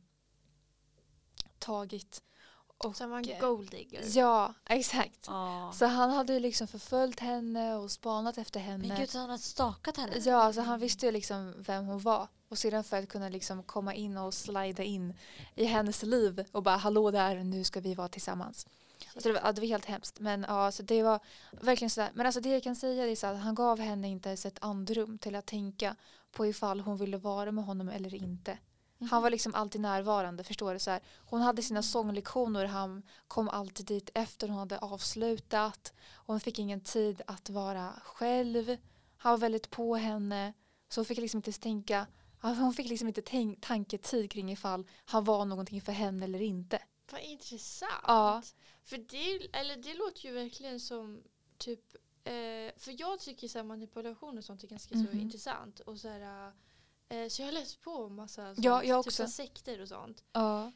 tagit och, så han var en golddigger. Ja, exakt. Så han hade ju liksom förföljt henne och spanat efter henne. Men gud, så han hade stakat henne? Ja, så han visste ju liksom vem hon var. Och sedan för att kunna liksom komma in och slida in i hennes liv och bara, hallå där, nu ska vi vara tillsammans. Alltså det var helt hemskt. Men ja, så det var verkligen sådär. Men alltså det jag kan säga är så att han gav henne inte ens ett andrum till att tänka på ifall hon ville vara med honom eller inte. Han var liksom alltid närvarande, förstår du? Så här. Hon hade sina sånglektioner, han kom alltid dit efter hon hade avslutat. Hon fick ingen tid att vara själv. Han var väldigt på henne. Så hon fick liksom inte tänka, hon fick liksom inte tanketid kring ifall han var någonting för henne eller inte. Vad intressant. Ja. För det låter ju verkligen som typ, för jag tycker så här, manipulation och sånt är ganska så intressant. Och så här, så jag har läst på massa sånt, jag också. Typ så här sekter och sånt. Ja.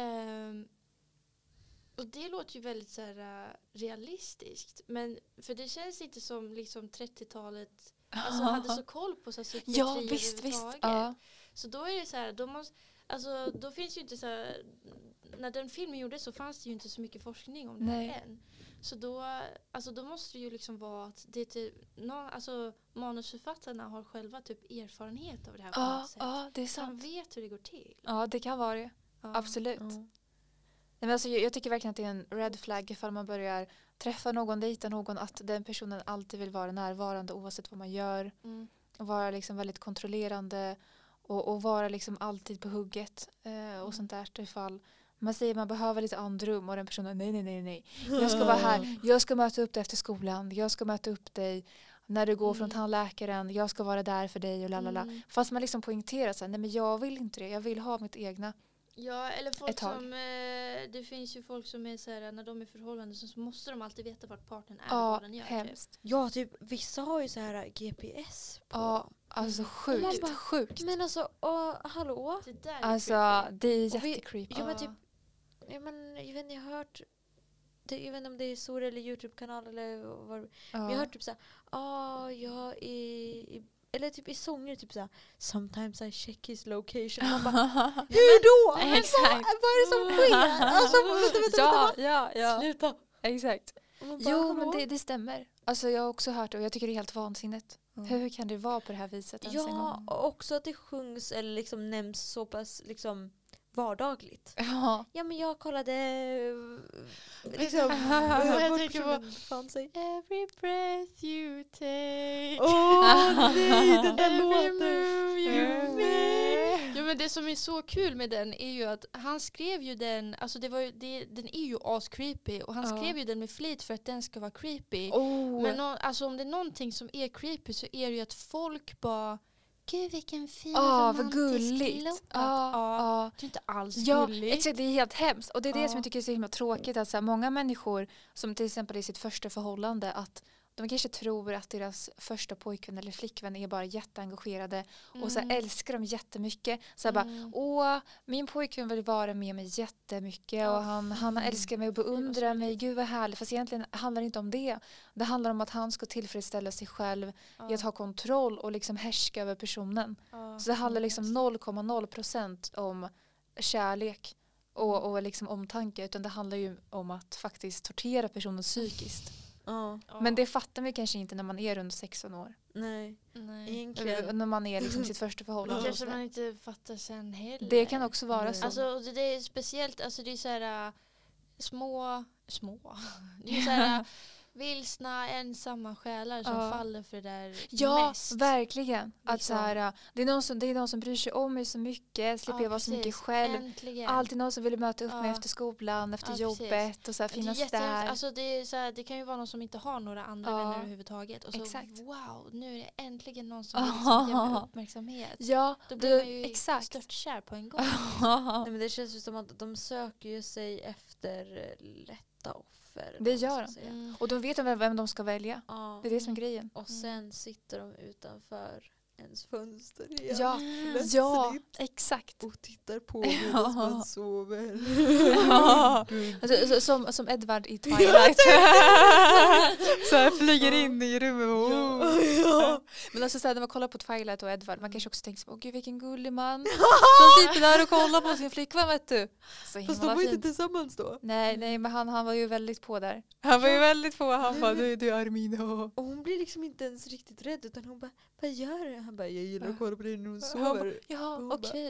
Och det låter ju väldigt så här, realistiskt. Men för det känns inte som liksom 30-talet alltså hade så koll på så här, psykiatri. Ja, visst. Ja. Så då är det så här, då finns ju inte så här, när den filmen gjordes så fanns det ju inte så mycket forskning om det här än. Så då måste det ju liksom vara att det typ, manusförfattarna har själva typ erfarenhet av det här på något sätt. Ja, det är sant. Man vet hur det går till. Ja, det kan vara det. Ja. Absolut. Nej, men alltså, jag tycker verkligen att det är en red flag ifall man börjar träffa någon, dejta någon, att den personen alltid vill vara närvarande oavsett vad man gör. Och vara liksom väldigt kontrollerande och vara liksom alltid på hugget och sånt där ifall man säger man behöver lite andrum och den personen nej. Jag ska vara här. Jag ska möta upp dig efter skolan. Jag ska möta upp dig när du går från tandläkaren. Jag ska vara där för dig och lalala. Fast man liksom poängterar så här, nej men jag vill inte det. Jag vill ha mitt egna. Ja, eller folk som det finns ju folk som är så här, när de är förhållande så måste de alltid veta vart partnern är och vad den gör. Hemskt. Typ. Ja, typ vissa har ju så här GPS på. Ja, alltså sjukt. Men alltså, hallå? Det där är alltså, det är jättecreepy. Ja, men typ, jag vet inte, jag har hört, jag vet inte om det är stor eller YouTube-kanal eller vad. Jag har hört typ såhär, jag är eller typ i sånger typ såhär, sometimes I check his location. Man bara, hur då? Exakt. Vad är det som sker? Alltså, vänta. Ja. Sluta. Exakt. Jo, men det stämmer. Alltså jag har också hört det och jag tycker det är helt vansinnigt. Hur kan det vara på det här viset ens en gång? Ja, och också att det sjungs eller liksom nämns så pass liksom vardagligt. Ja, men jag kollade liksom jag tänker på fann sig. Every breath you take. Nej, den där låten. Ja, men det som är så kul med den är ju att han skrev ju den, alltså den är ju as-creepy och han skrev ju den med flit för att den ska vara creepy. Men alltså om det är någonting som är creepy så är det ju att folk bara, gud vilken fin romantisk gulligt. låt. Det är inte alls gulligt. Exakt, det är helt hemskt. Och det är det som jag tycker är så himla tråkigt. Att så här, många människor som till exempel i sitt första förhållande, att de kanske tror att deras första pojkvän eller flickvän är bara jätteengagerade och så här, älskar dem jättemycket. Så här, bara, min pojkvän vill vara med mig jättemycket och han älskar mig och beundrar mig. Gud vad härligt. Fast egentligen handlar det inte om det. Det handlar om att han ska tillfredsställa sig själv i att ha kontroll och liksom härska över personen. Så det handlar liksom 0,0% om kärlek och liksom omtanke, utan det handlar ju om att faktiskt tortera personen psykiskt. Men det fattar man kanske inte när man är runt 16 år. Nej. Egentligen. När man är liksom sitt första förhållande. Kanske man inte fattar sen heller. Det kan också vara så. Alltså det är speciellt, alltså det är så här små. Det är så här vilsna, ensamma själar som faller för det där Ja, mest. verkligen. Att Liksom. så här, det är någon som bryr sig om mig så mycket, slipper jag vara så mycket själv. Äntligen. Alltid någon som vill möta upp mig efter skolan, efter jobbet och så här, finnas där. Alltså det, är så här, det kan ju vara någon som inte har några andra vänner överhuvudtaget. Och så, exakt. Wow, nu är det äntligen någon som vill liksom ge mig uppmärksamhet. Ja, då blir man ju exakt. störtkär på en gång. Nej, men det känns ju som att de söker ju sig efter lätta offer. Det gör de. Och de vet vem de ska välja. Ja. Det är det som är grejen. Och sen sitter de utanför ens fönster igen. Ja, exakt. Och tittar på medan man sover. Alltså, som Edward i Twilight. Så här flyger in i rummet. Men alltså så här, när man kollar på Twilight och Edward, man kanske också tänker så, åh gud vilken gullig man som sitter där och kollar på sin flickvän, vet du. Så fast de var inte tillsammans då. Nej, men han var ju väldigt på där. Han var ju väldigt på. Han bara, du är Armin. Och hon blir liksom inte ens riktigt rädd, utan hon bara, vad gör du? Han bara, jag gillar att kolla på dig när hon sover. Ja, okej.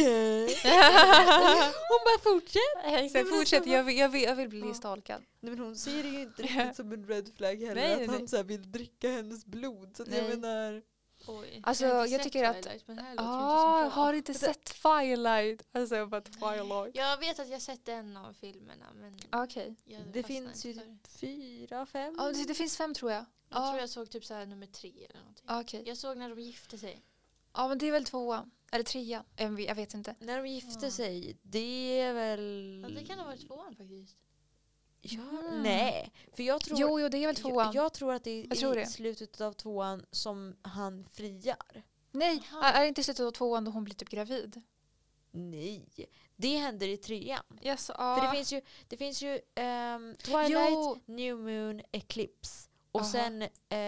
Hon bara, fortsätt. Jag vill bli stalkad. Nej, men hon ser det ju inte riktigt som en red flag heller. Nej. Han så här vill dricka hennes blod. Så att jag menar... Oj. Alltså jag tycker att... har inte sett Twilight. Alltså jag bara Twilight. Jag vet att jag sett en av filmerna. Men Okej. Det finns ju 4, 5. Ja, det finns 5 tror jag. Jag tror jag såg typ så här nummer 3 eller någonting. Okej. Jag såg när de gifte sig. Ja, men det är väl 2. Eller 3. Jag vet inte. När de gifte sig, det är väl... Ja, det kan ha varit 2 faktiskt. Ja, nej. För jag tror... Jo, det är väl 2. Jag tror att det är tror i det. slutet av 2 som han friar. Nej, är det inte i slutet av 2 då hon blir typ gravid? Nej, det händer i 3. Yes, För det finns ju Twilight, New Moon, Eclipse. Och sen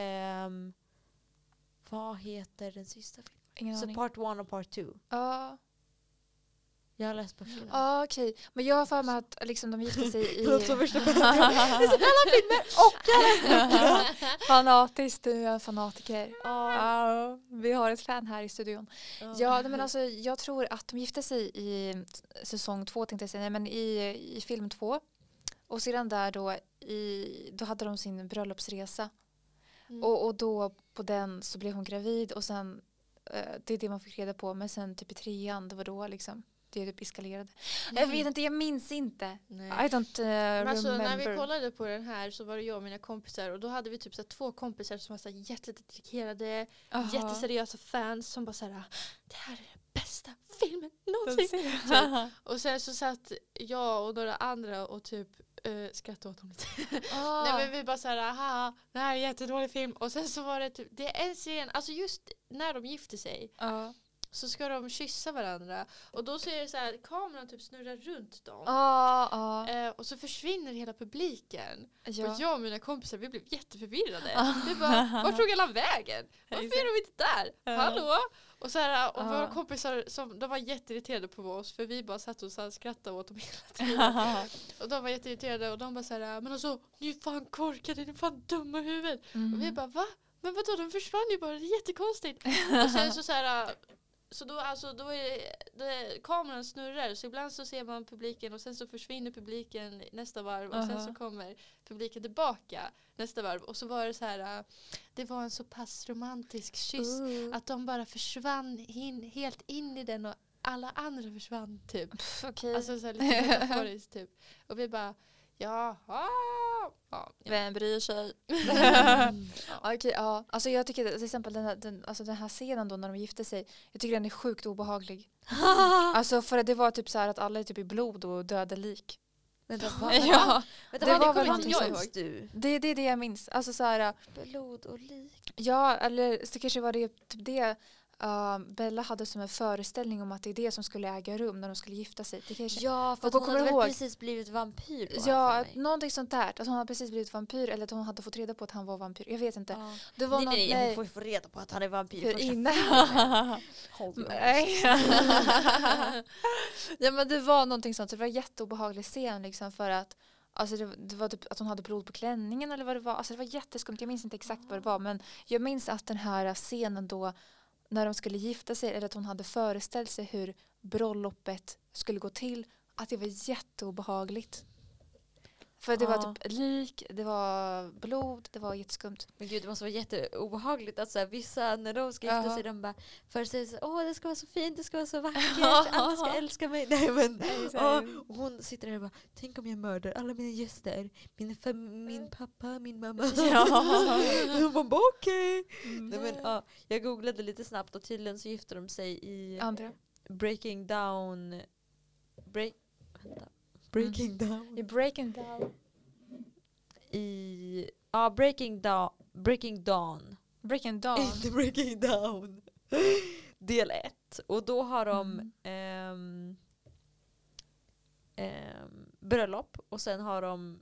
vad heter den sista filmen? Ingen Så aning. part 1 och part 2. Ja. Jag har läst böckerna. Okej. Men jag har för mig att liksom, de gifte sig i... Det låter som värsta alla filmer och jag har läst böckerna. Fanatiskt, du är en fanatiker. Ja, vi har ett fan här i studion. Ja, men alltså, jag tror att de gifte sig i säsong 2 tänkte jag säga, men i film 2. Och sedan där då hade de sin bröllopsresa. Och då på den så blev hon gravid och sen det är det man fick reda på, men sen typ i 3 det var då liksom det typ eskalerade. Jag vet inte, jag minns inte. Nej. I don't Men alltså, remember. när vi kollade på den här så var det jag och mina kompisar och då hade vi typ så här 2 kompisar som var så här jättededikerade, jätteseriösa fans som bara så här, det här är den bästa filmen någonsin. Typ. Och sen så satt jag och några andra och typ skrattade åt dem lite. Nej, men vi bara så här, haha, det här är en jättedålig film. Och sen så var det typ, det är en scen, alltså just när de gifter sig så ska de kyssa varandra. Och då så är det så här, kameran typ snurrar runt dem. Och så försvinner hela publiken. Och jag och mina kompisar, vi blev jätteförvirrade. Vi bara, vart tog alla vägen? Varför är de inte där? Hallå? Och, så här, och våra kompisar, de var jätteirriterade på oss. För vi bara satt och så här, skrattade åt dem hela tiden. Och de var jätteirriterade. Och de bara så här, men alltså, ni är fan korkade, ni är fan dumma i huvudet. Och vi bara, va? Men vadå, de försvann ju bara, det är jättekonstigt. Och sen så här... Så då är det kameran snurrar, så ibland så ser man publiken och sen så försvinner publiken nästa varv och sen så kommer publiken tillbaka nästa varv. Och så var det så här, det var en så pass romantisk kyss att de bara försvann helt in i den och alla andra försvann typ. Okay. Alltså så här lite metaforiskt typ. Och vi bara, jaha. Vem bryr sig? Alltså jag tycker till exempel den här scenen då när de gifte sig, jag tycker den är sjukt obehaglig. Alltså för att det var typ så här att alla är typ i blod och döda lik. Vänta, det var väl någonting jag ihåg. Det är det jag minns. Alltså så här, blod och lik. Ja, eller så kanske var det typ det Bella hade som en föreställning om att det är det som skulle äga rum när de skulle gifta sig. Det kanske... Ja, för att hon hade väl precis blivit vampyr. Ja, någonting sånt där. Att hon hade precis blivit vampyr eller att hon hade fått reda på att han var vampyr. Jag vet inte. Ja. Det var nej, hon får ju få reda på att han är vampyr innan. Ja, men det var någonting sånt. Så det var en jätteobehaglig scen liksom för att alltså det var typ att hon hade blod på klänningen eller vad det var. Alltså det var jätteskumt. Jag minns inte exakt vad det var, men jag minns att den här scenen då när de skulle gifta sig eller att hon hade föreställt sig hur bröllopet skulle gå till, att det var jätteobehagligt. För det var typ lik, det var blod, det var jätteskumt. Men gud, det måste vara jätteobehagligt att så här, vissa när de ska gifta sig, de bara föreställer sig, det ska vara så fint, det ska vara så vackert, alla ska älska mig. Nej, men, och hon sitter där och bara, tänk om jag mördar alla mina gäster, min pappa, min mamma. Hon bara, okej. Nej, men, jag googlade lite snabbt och tydligen så gifter de sig i Breaking Down. Breaking Down. I Breaking Down. Breaking Dawn. Breaking Dawn. Inte Breaking Down. Del 1. Och då har de bröllop. Och sen har de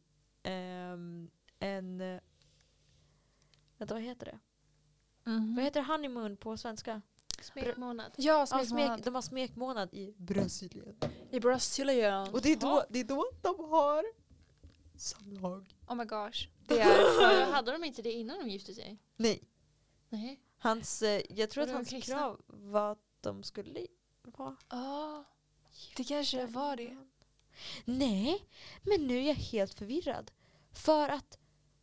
vad heter det? Vad heter honeymoon på svenska? Smekmånad. Ja, smekmånad. De har smekmånad i Brasilien. Och det är då de har samlag. Oh my gosh. Det är hade de inte det innan de gifte sig? Nej. Nej. Jag tror att hans krav var att de skulle vara. Det kanske var det. Nej, men nu är jag helt förvirrad. För att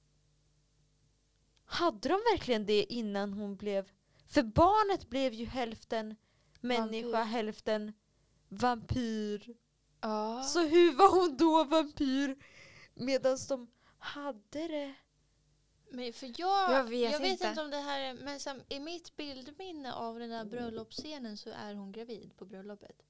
hade de verkligen det innan hon blev... För barnet blev ju hälften människa, hälften vampyr. Så hur var hon då vampyr medan de hade det? Men för jag vet inte om det här är, men i mitt bildminne av den där bröllopsscenen så är hon gravid på bröllopet.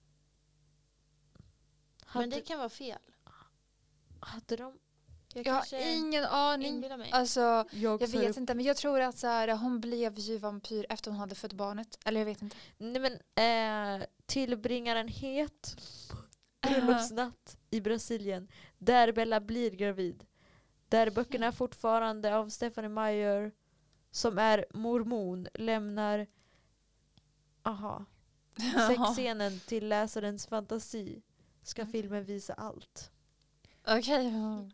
Men det kan vara fel. Hade de? Jag har ingen aning. Alltså, jag vet inte, men jag tror att så här, hon blev ju vampyr efter hon hade fött barnet. Eller jag vet inte. Nej, men tillbringar en het bröllopsnatt i Brasilien där Bella blir gravid. Där böckerna fortfarande av Stephanie Meyer som är mormon lämnar sexscenen till läsarens fantasi ska filmen visa allt. Okej. Men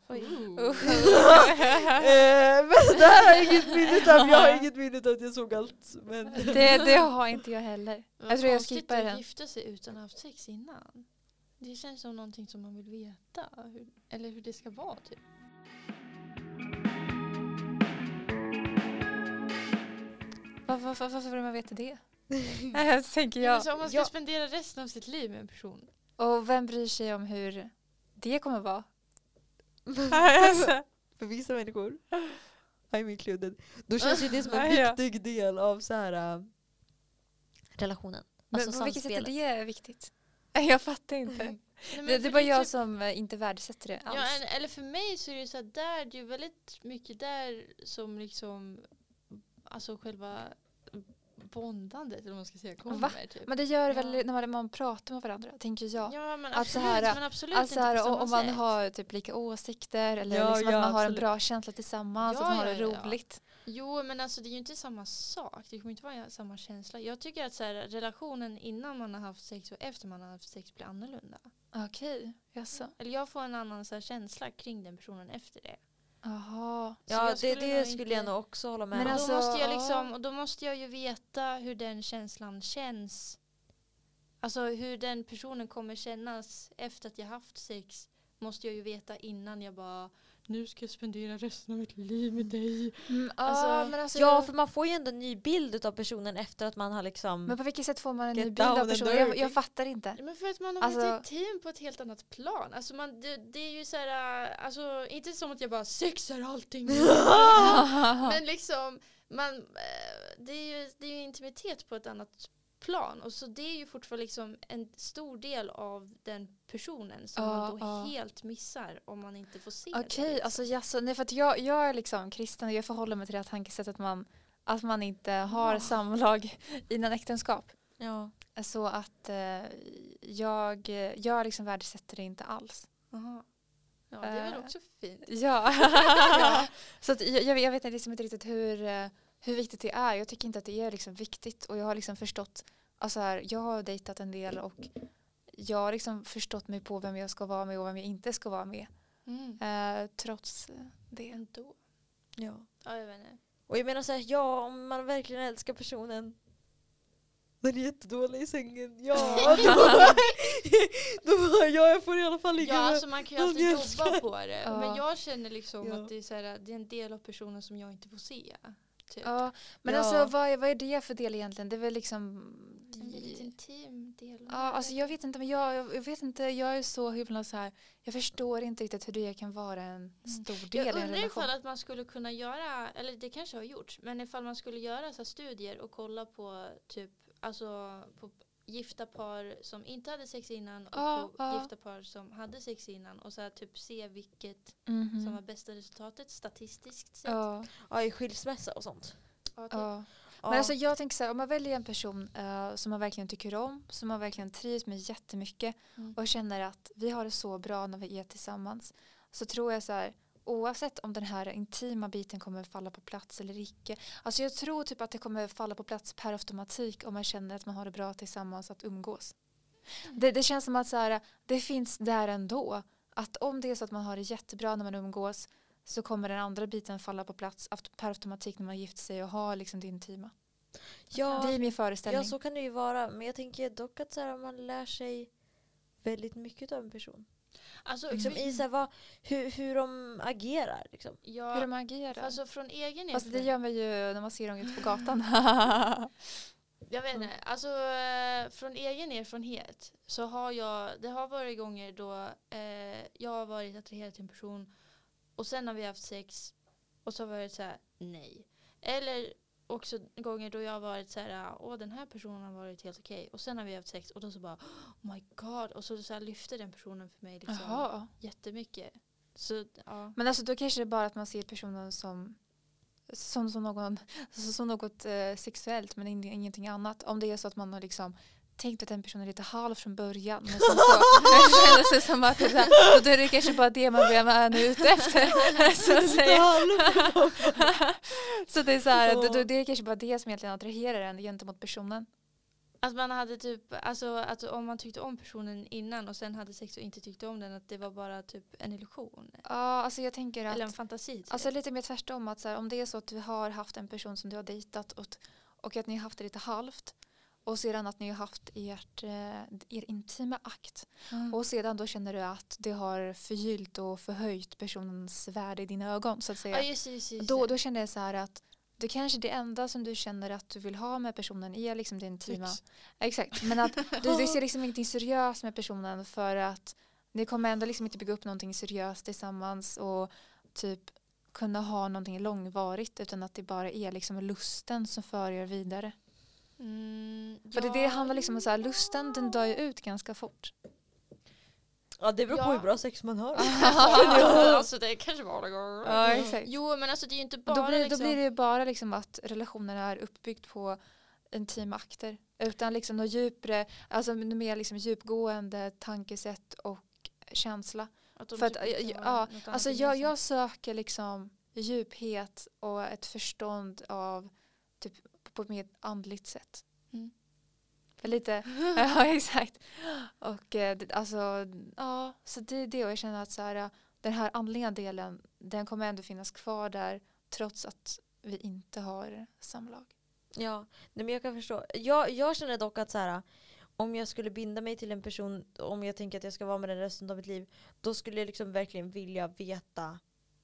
det här har inget minne av. Jag har inget minne av att jag såg allt. Men det har inte jag heller. Jag tror jag skippar den. Att gifta sig utan att ha haft sex innan. Det känns som någonting som man vill veta. Eller hur det ska vara typ. Varför vill man veta det? Jag tänker jag. Så om man ska spendera resten av sitt liv med en person. Och vem bryr sig om hur det kommer vara? För vissa människor, I'm included, då känns ju det som en viktig del av så här relationen. Alltså men på vilket sätt är det viktigt? Jag fattar inte. Nej, det är bara jag som inte värdesätter det alls. Ja, eller för mig så är det så att det är ju väldigt mycket där som liksom, alltså själva bondandet, eller vad man ska säga, kommer. Typ. Men det gör väl när man pratar med varandra, tänker jag. Ja, men absolut inte på samma om man har typ lika åsikter eller liksom att man har en bra känsla tillsammans, att man har det roligt. Jo, men alltså det är ju inte samma sak. Det kommer inte vara samma känsla. Jag tycker att så här, relationen innan man har haft sex och efter man har haft sex blir annorlunda. Okej, jaså. Eller jag får en annan så här, känsla kring den personen efter det. Jaha. Ja, det skulle jag nog också hålla med. Men alltså, då måste jag ju veta hur den känslan känns. Alltså hur den personen kommer kännas efter att jag haft sex måste jag ju veta innan jag bara, nu ska jag spendera resten av mitt liv med dig. För man får ju ändå en ny bild av personen efter att man har liksom... Men på vilket sätt får man en ny bild av personen? Jag fattar inte. Men för att man har varit ett team på ett helt annat plan. Alltså det är ju så här, alltså inte som att jag bara sexar allting. Men liksom, det är ju intimitet på ett annat plan. Och så det är ju fortfarande liksom en stor del av den personen som man då helt missar om man inte får se det. Okej, alltså nej, för att jag är liksom kristen och jag förhåller mig till det här tankesättet att man inte har samlag innan äktenskap. Ja. Så att jag liksom värdesätter det inte alls. Aha. Ja, det är väl också fint. Ja. Så att jag vet liksom inte riktigt hur viktigt det är. Jag tycker inte att det är liksom viktigt. Och jag har liksom förstått, alltså här, jag har dejtat en del och jag har liksom förstått mig på vem jag ska vara med och vem jag inte ska vara med. Trots det. Ändå. Ja, jag vet inte. Och jag menar så här, om man verkligen älskar personen, den är jättedålig i sängen. Ja, Då bara, jag får i alla fall ligga Ja, med alltså man kan ju någon alltid jag jobba älskar. på det. Ja. Men jag känner liksom Ja. att det är, så här, det är en del av personen som jag inte får se. Typ. Ja, men Ja. alltså vad är det för del egentligen? Det är väl liksom... En väldigt intim del. Ja, alltså jag vet inte, men jag vet inte, jag är så himla så här, jag förstår inte riktigt hur det kan vara en stor del Jag i en undrar relation. ifall att man skulle kunna göra, eller det kanske har gjorts, men ifall man skulle göra så här studier och kolla på typ, alltså på gifta par som inte hade sex innan och på gifta par som hade sex innan och så här, typ se vilket som var bästa resultatet statistiskt sett. Ja, i skilsmässa och sånt. Ja, typ. Ja. Ja. Men alltså jag tänker så här, om man väljer en person som man verkligen tycker om, som man verkligen trivs med jättemycket och känner att vi har det så bra när vi är tillsammans, så tror jag så här, oavsett om den här intima biten kommer falla på plats eller icke. Alltså jag tror typ att det kommer falla på plats per automatik om man känner att man har det bra tillsammans att umgås. Det känns som att så här, det finns där ändå. Att om det är så att man har det jättebra när man umgås, så kommer den andra biten falla på plats per automatik när man gifter sig och har liksom det intima. Ja, Det är min föreställning. ja, så kan det ju vara. Men jag tänker dock att så här, man lär sig väldigt mycket av en person. Alltså, Liksom i så här, hur de agerar. Liksom. ja, Hur de agerar. alltså från egen Fast det gör man ju när man ser dem ute på gatan. Jag vet inte, alltså från egen erfarenhet så har det har varit gånger då jag har varit attraherad till en person och sen har vi haft sex och så har vi varit så här, nej. Eller också gånger då jag har varit så här, den här personen har varit helt okej. Och sen har vi haft sex och då så bara, oh my god. Och så här lyfter den personen för mig liksom Jaha. jättemycket. Så ja. Men alltså då kanske det är bara att man ser personen som något sexuellt men ingenting annat. Om det är så att man har liksom tänkt att den personen är lite halv från början. Men sen så känner det som att då är det kanske bara det man är ute efter. Så att säga. Så det är så här, då det är kanske bara det som egentligen attraherar en gentemot personen. Att man hade typ, alltså att om man tyckte om personen innan och sen hade sex och inte tyckte om den, att det var bara typ en illusion. Ja, alltså jag tänker att Eller en fantasi. Typ. alltså lite mer tvärtom, att så här, om det är så att du har haft en person som du har dejtat och att ni har haft det lite halvt och sedan att ni har haft er intima akt och sedan då känner du att det har förgyllt och förhöjt personens värde i dina ögon så att säga. Ja, just. Då känner jag så här att det kanske det enda som du känner att du vill ha med personen är liksom det intima. Exakt, men att du ser liksom ingenting seriöst med personen för att ni kommer ändå liksom inte bygga upp någonting seriöst tillsammans och typ kunna ha någonting långvarigt utan att det bara är liksom lusten som för er vidare. För det handlar liksom om så här, lusten den dör ju ut ganska fort. Ja, det beror på hur bra sex man har. Alltså det kanske var det går. Ja, exakt. Jo, men alltså det är ju inte bara Då blir det ju bara liksom att relationen är uppbyggd på intima akter utan liksom något djupare, alltså mer liksom djupgående tankesätt och känsla. För att, alltså jag söker liksom djuphet och ett förstånd av typ på ett mer andligt sätt. Lite, ja exakt. Och alltså, ja, så det är det och jag känner att så här, den här andliga delen, den kommer ändå finnas kvar där trots att vi inte har samlag. Ja, nej, men jag kan förstå. Jag känner dock att så här, om jag skulle binda mig till en person, om jag tänker att jag ska vara med den resten av mitt liv, då skulle jag liksom verkligen vilja veta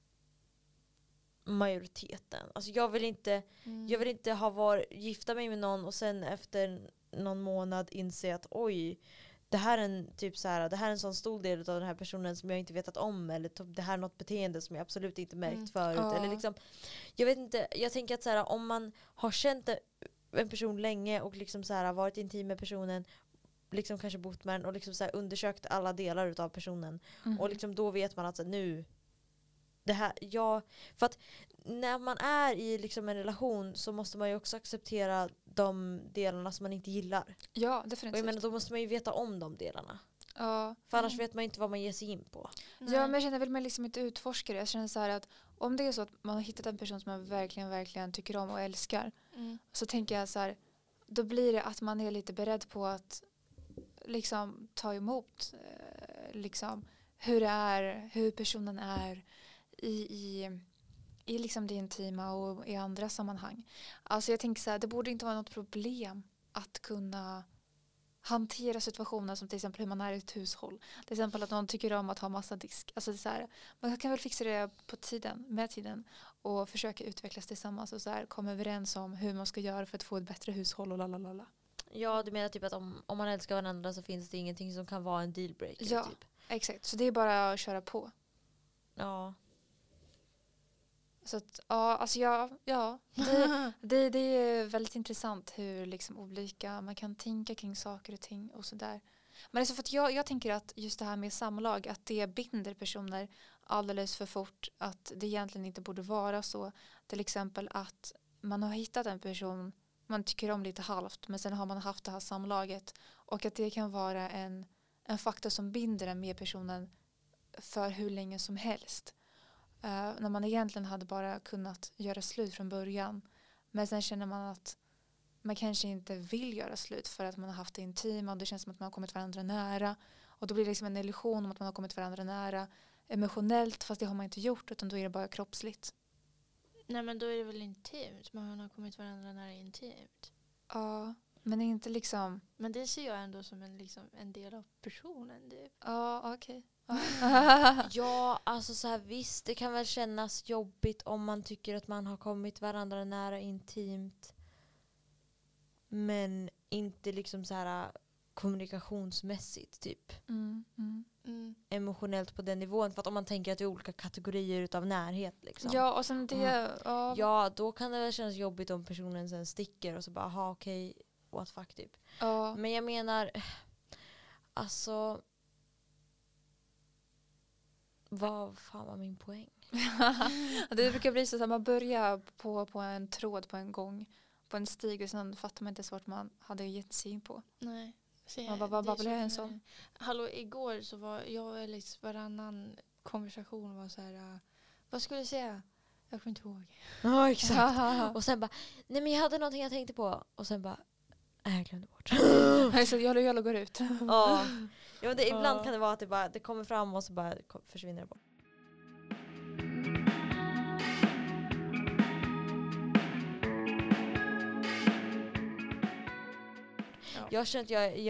majoriteten. Alltså jag vill inte gifta mig med någon och sen efter någon månad inse att oj, det här är en sån stor del av den här personen som jag inte vetat om, eller det här är något beteende som jag absolut inte märkt förut, eller liksom, jag vet inte, jag tänker att så här, om man har känt en person länge och liksom så här, varit intim med personen, liksom kanske bott med den och liksom så här, undersökt alla delar utav personen och liksom då vet man att så här, nu det här, för att när man är i liksom en relation så måste man ju också acceptera de delarna som man inte gillar. Ja, definitivt. Och jag menar, då måste man ju veta om de delarna. Ja. För annars vet man inte vad man ger sig in på. Ja, men jag känner väl man liksom inte utforskar det. Jag känner så här att om det är så att man har hittat en person som man verkligen, verkligen tycker om och älskar, så tänker jag så här, då blir det att man är lite beredd på att liksom ta emot liksom hur personen är i liksom det intima och i andra sammanhang. Alltså jag tänker så här, det borde inte vara något problem att kunna hantera situationer som till exempel hur man är i ett hushåll. Till exempel att någon tycker om att ha massa disk. Alltså det är så här, man kan väl fixa det med tiden och försöka utvecklas tillsammans och så här, komma överens om hur man ska göra för att få ett bättre hushåll och lalalala. Ja, du menar typ att om man älskar varandra så finns det ingenting som kan vara en dealbreaker. Ja, typ. exakt. Så det är bara att köra på. Ja. Så att, ja, alltså det är väldigt intressant hur liksom olika man kan tänka kring saker och ting och sådär. Men alltså för att jag tänker att just det här med samlag, att det binder personer alldeles för fort, att det egentligen inte borde vara så. Till exempel att man har hittat en person man tycker om lite halvt, men sen har man haft det här samlaget och att det kan vara en faktor som binder en med personen för hur länge som helst. När man egentligen hade bara kunnat göra slut från början. Men sen känner man att man kanske inte vill göra slut för att man har haft det intima och det känns som att man har kommit varandra nära. Och då blir det liksom en illusion om att man har kommit varandra nära emotionellt, fast det har man inte gjort, utan då är det bara kroppsligt. Nej, men då är det väl intimt. Man har kommit varandra nära intimt. Ja, men inte liksom... Men det ser jag ändå som en del av personen. Typ. Ja, okej. Ja, alltså så här, visst, det kan väl kännas jobbigt om man tycker att man har kommit varandra nära intimt. Men inte liksom så här kommunikationsmässigt typ. Emotionellt på den nivån. För att om man tänker att det är olika kategorier utav närhet liksom. Ja, och sen det... Ja, då kan det väl kännas jobbigt om personen sen sticker och så bara, aha, okej, what fuck typ. Ja. Men jag menar, alltså... Vad fan var min poäng? Det brukar bli så att man börjar på en tråd på en gång. På en stig och sen fattar man inte så vart man hade gett sig in på. Nej. Vad blev en sån? Hallå, igår så var jag och Alex varannan konversation var så här, vad skulle jag säga? Jag kommer inte ihåg. Ja, exakt. Och sen bara, nej men jag hade någonting jag tänkte på. Och sen bara, jag glömde bort. Så jag går ut. Ja. Ja, men ibland kan det vara att det kommer fram och så bara försvinner det bort. Ja. Jag känner att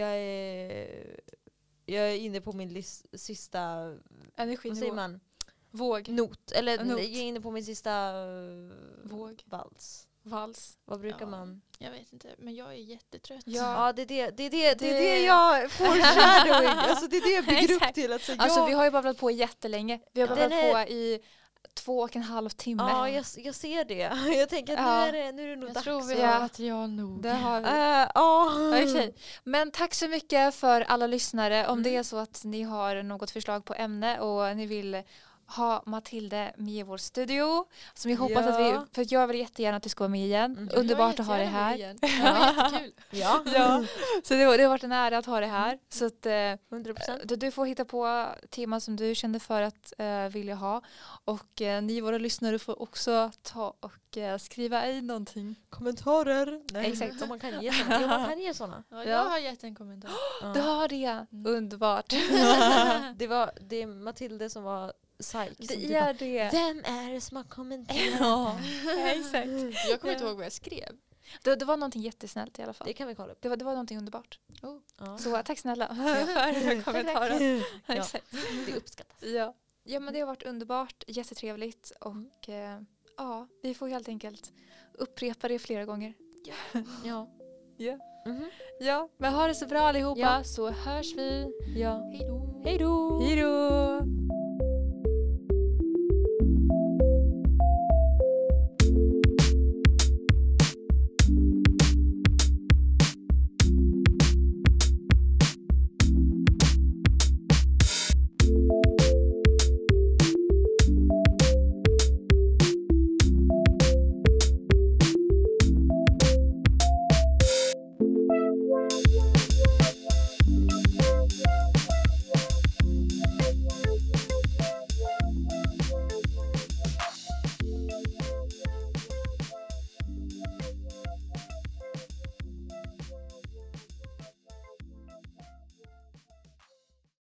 jag är inne på min sista energinivå. Vad säger man? Våg. Not. Eller Not. Jag är inne på min sista våg. Vals. Vad brukar man? Jag vet inte, men jag är jättetrött. Ja, det är det jag foreshadowing. Alltså det är det jag bygger upp till. Alltså vi har ju babblat på jättelänge. Vi har babblat på i 2,5 timmar. Ja, jag ser det. Jag tänker att nu är det nog jag dags. tror vi har material nog. Det har vi. Okay. Men tack så mycket för alla lyssnare. Om det är så att ni har något förslag på ämne och ni vill ha Matilde med i vår studio. Som vi hoppas att för jag vill jättegärna att du ska vara med igen. Underbart att ha dig här. Jättekul. Ja. Så det har varit en ära att ha dig här. Så att 100%. Du får hitta på teman som du kände för att vilja ha. Och ni våra lyssnare får också ta och skriva i någonting. Kommentarer. Nej. Exakt. Så man kan ge såna. Jo, man kan ge såna. Ja, jag har gett en kommentar. Du har det. Underbart. Det är Matilde som var psych. Det är det. Vem är det som har kommenterat? Ja, exakt. Jag kommer inte ihåg vad jag skrev. Det var någonting jättesnällt i alla fall. Det kan vi kolla upp. Det var någonting underbart. Ja. Så tack snälla för kommentaren. Exakt. Det uppskattas. Ja, men det har varit underbart. Jättetrevligt. Och vi får helt enkelt upprepa det flera gånger. Ja. Ja, men ha det så bra allihopa. Så hörs vi. Ja. Hej då. Hej då. Hej då.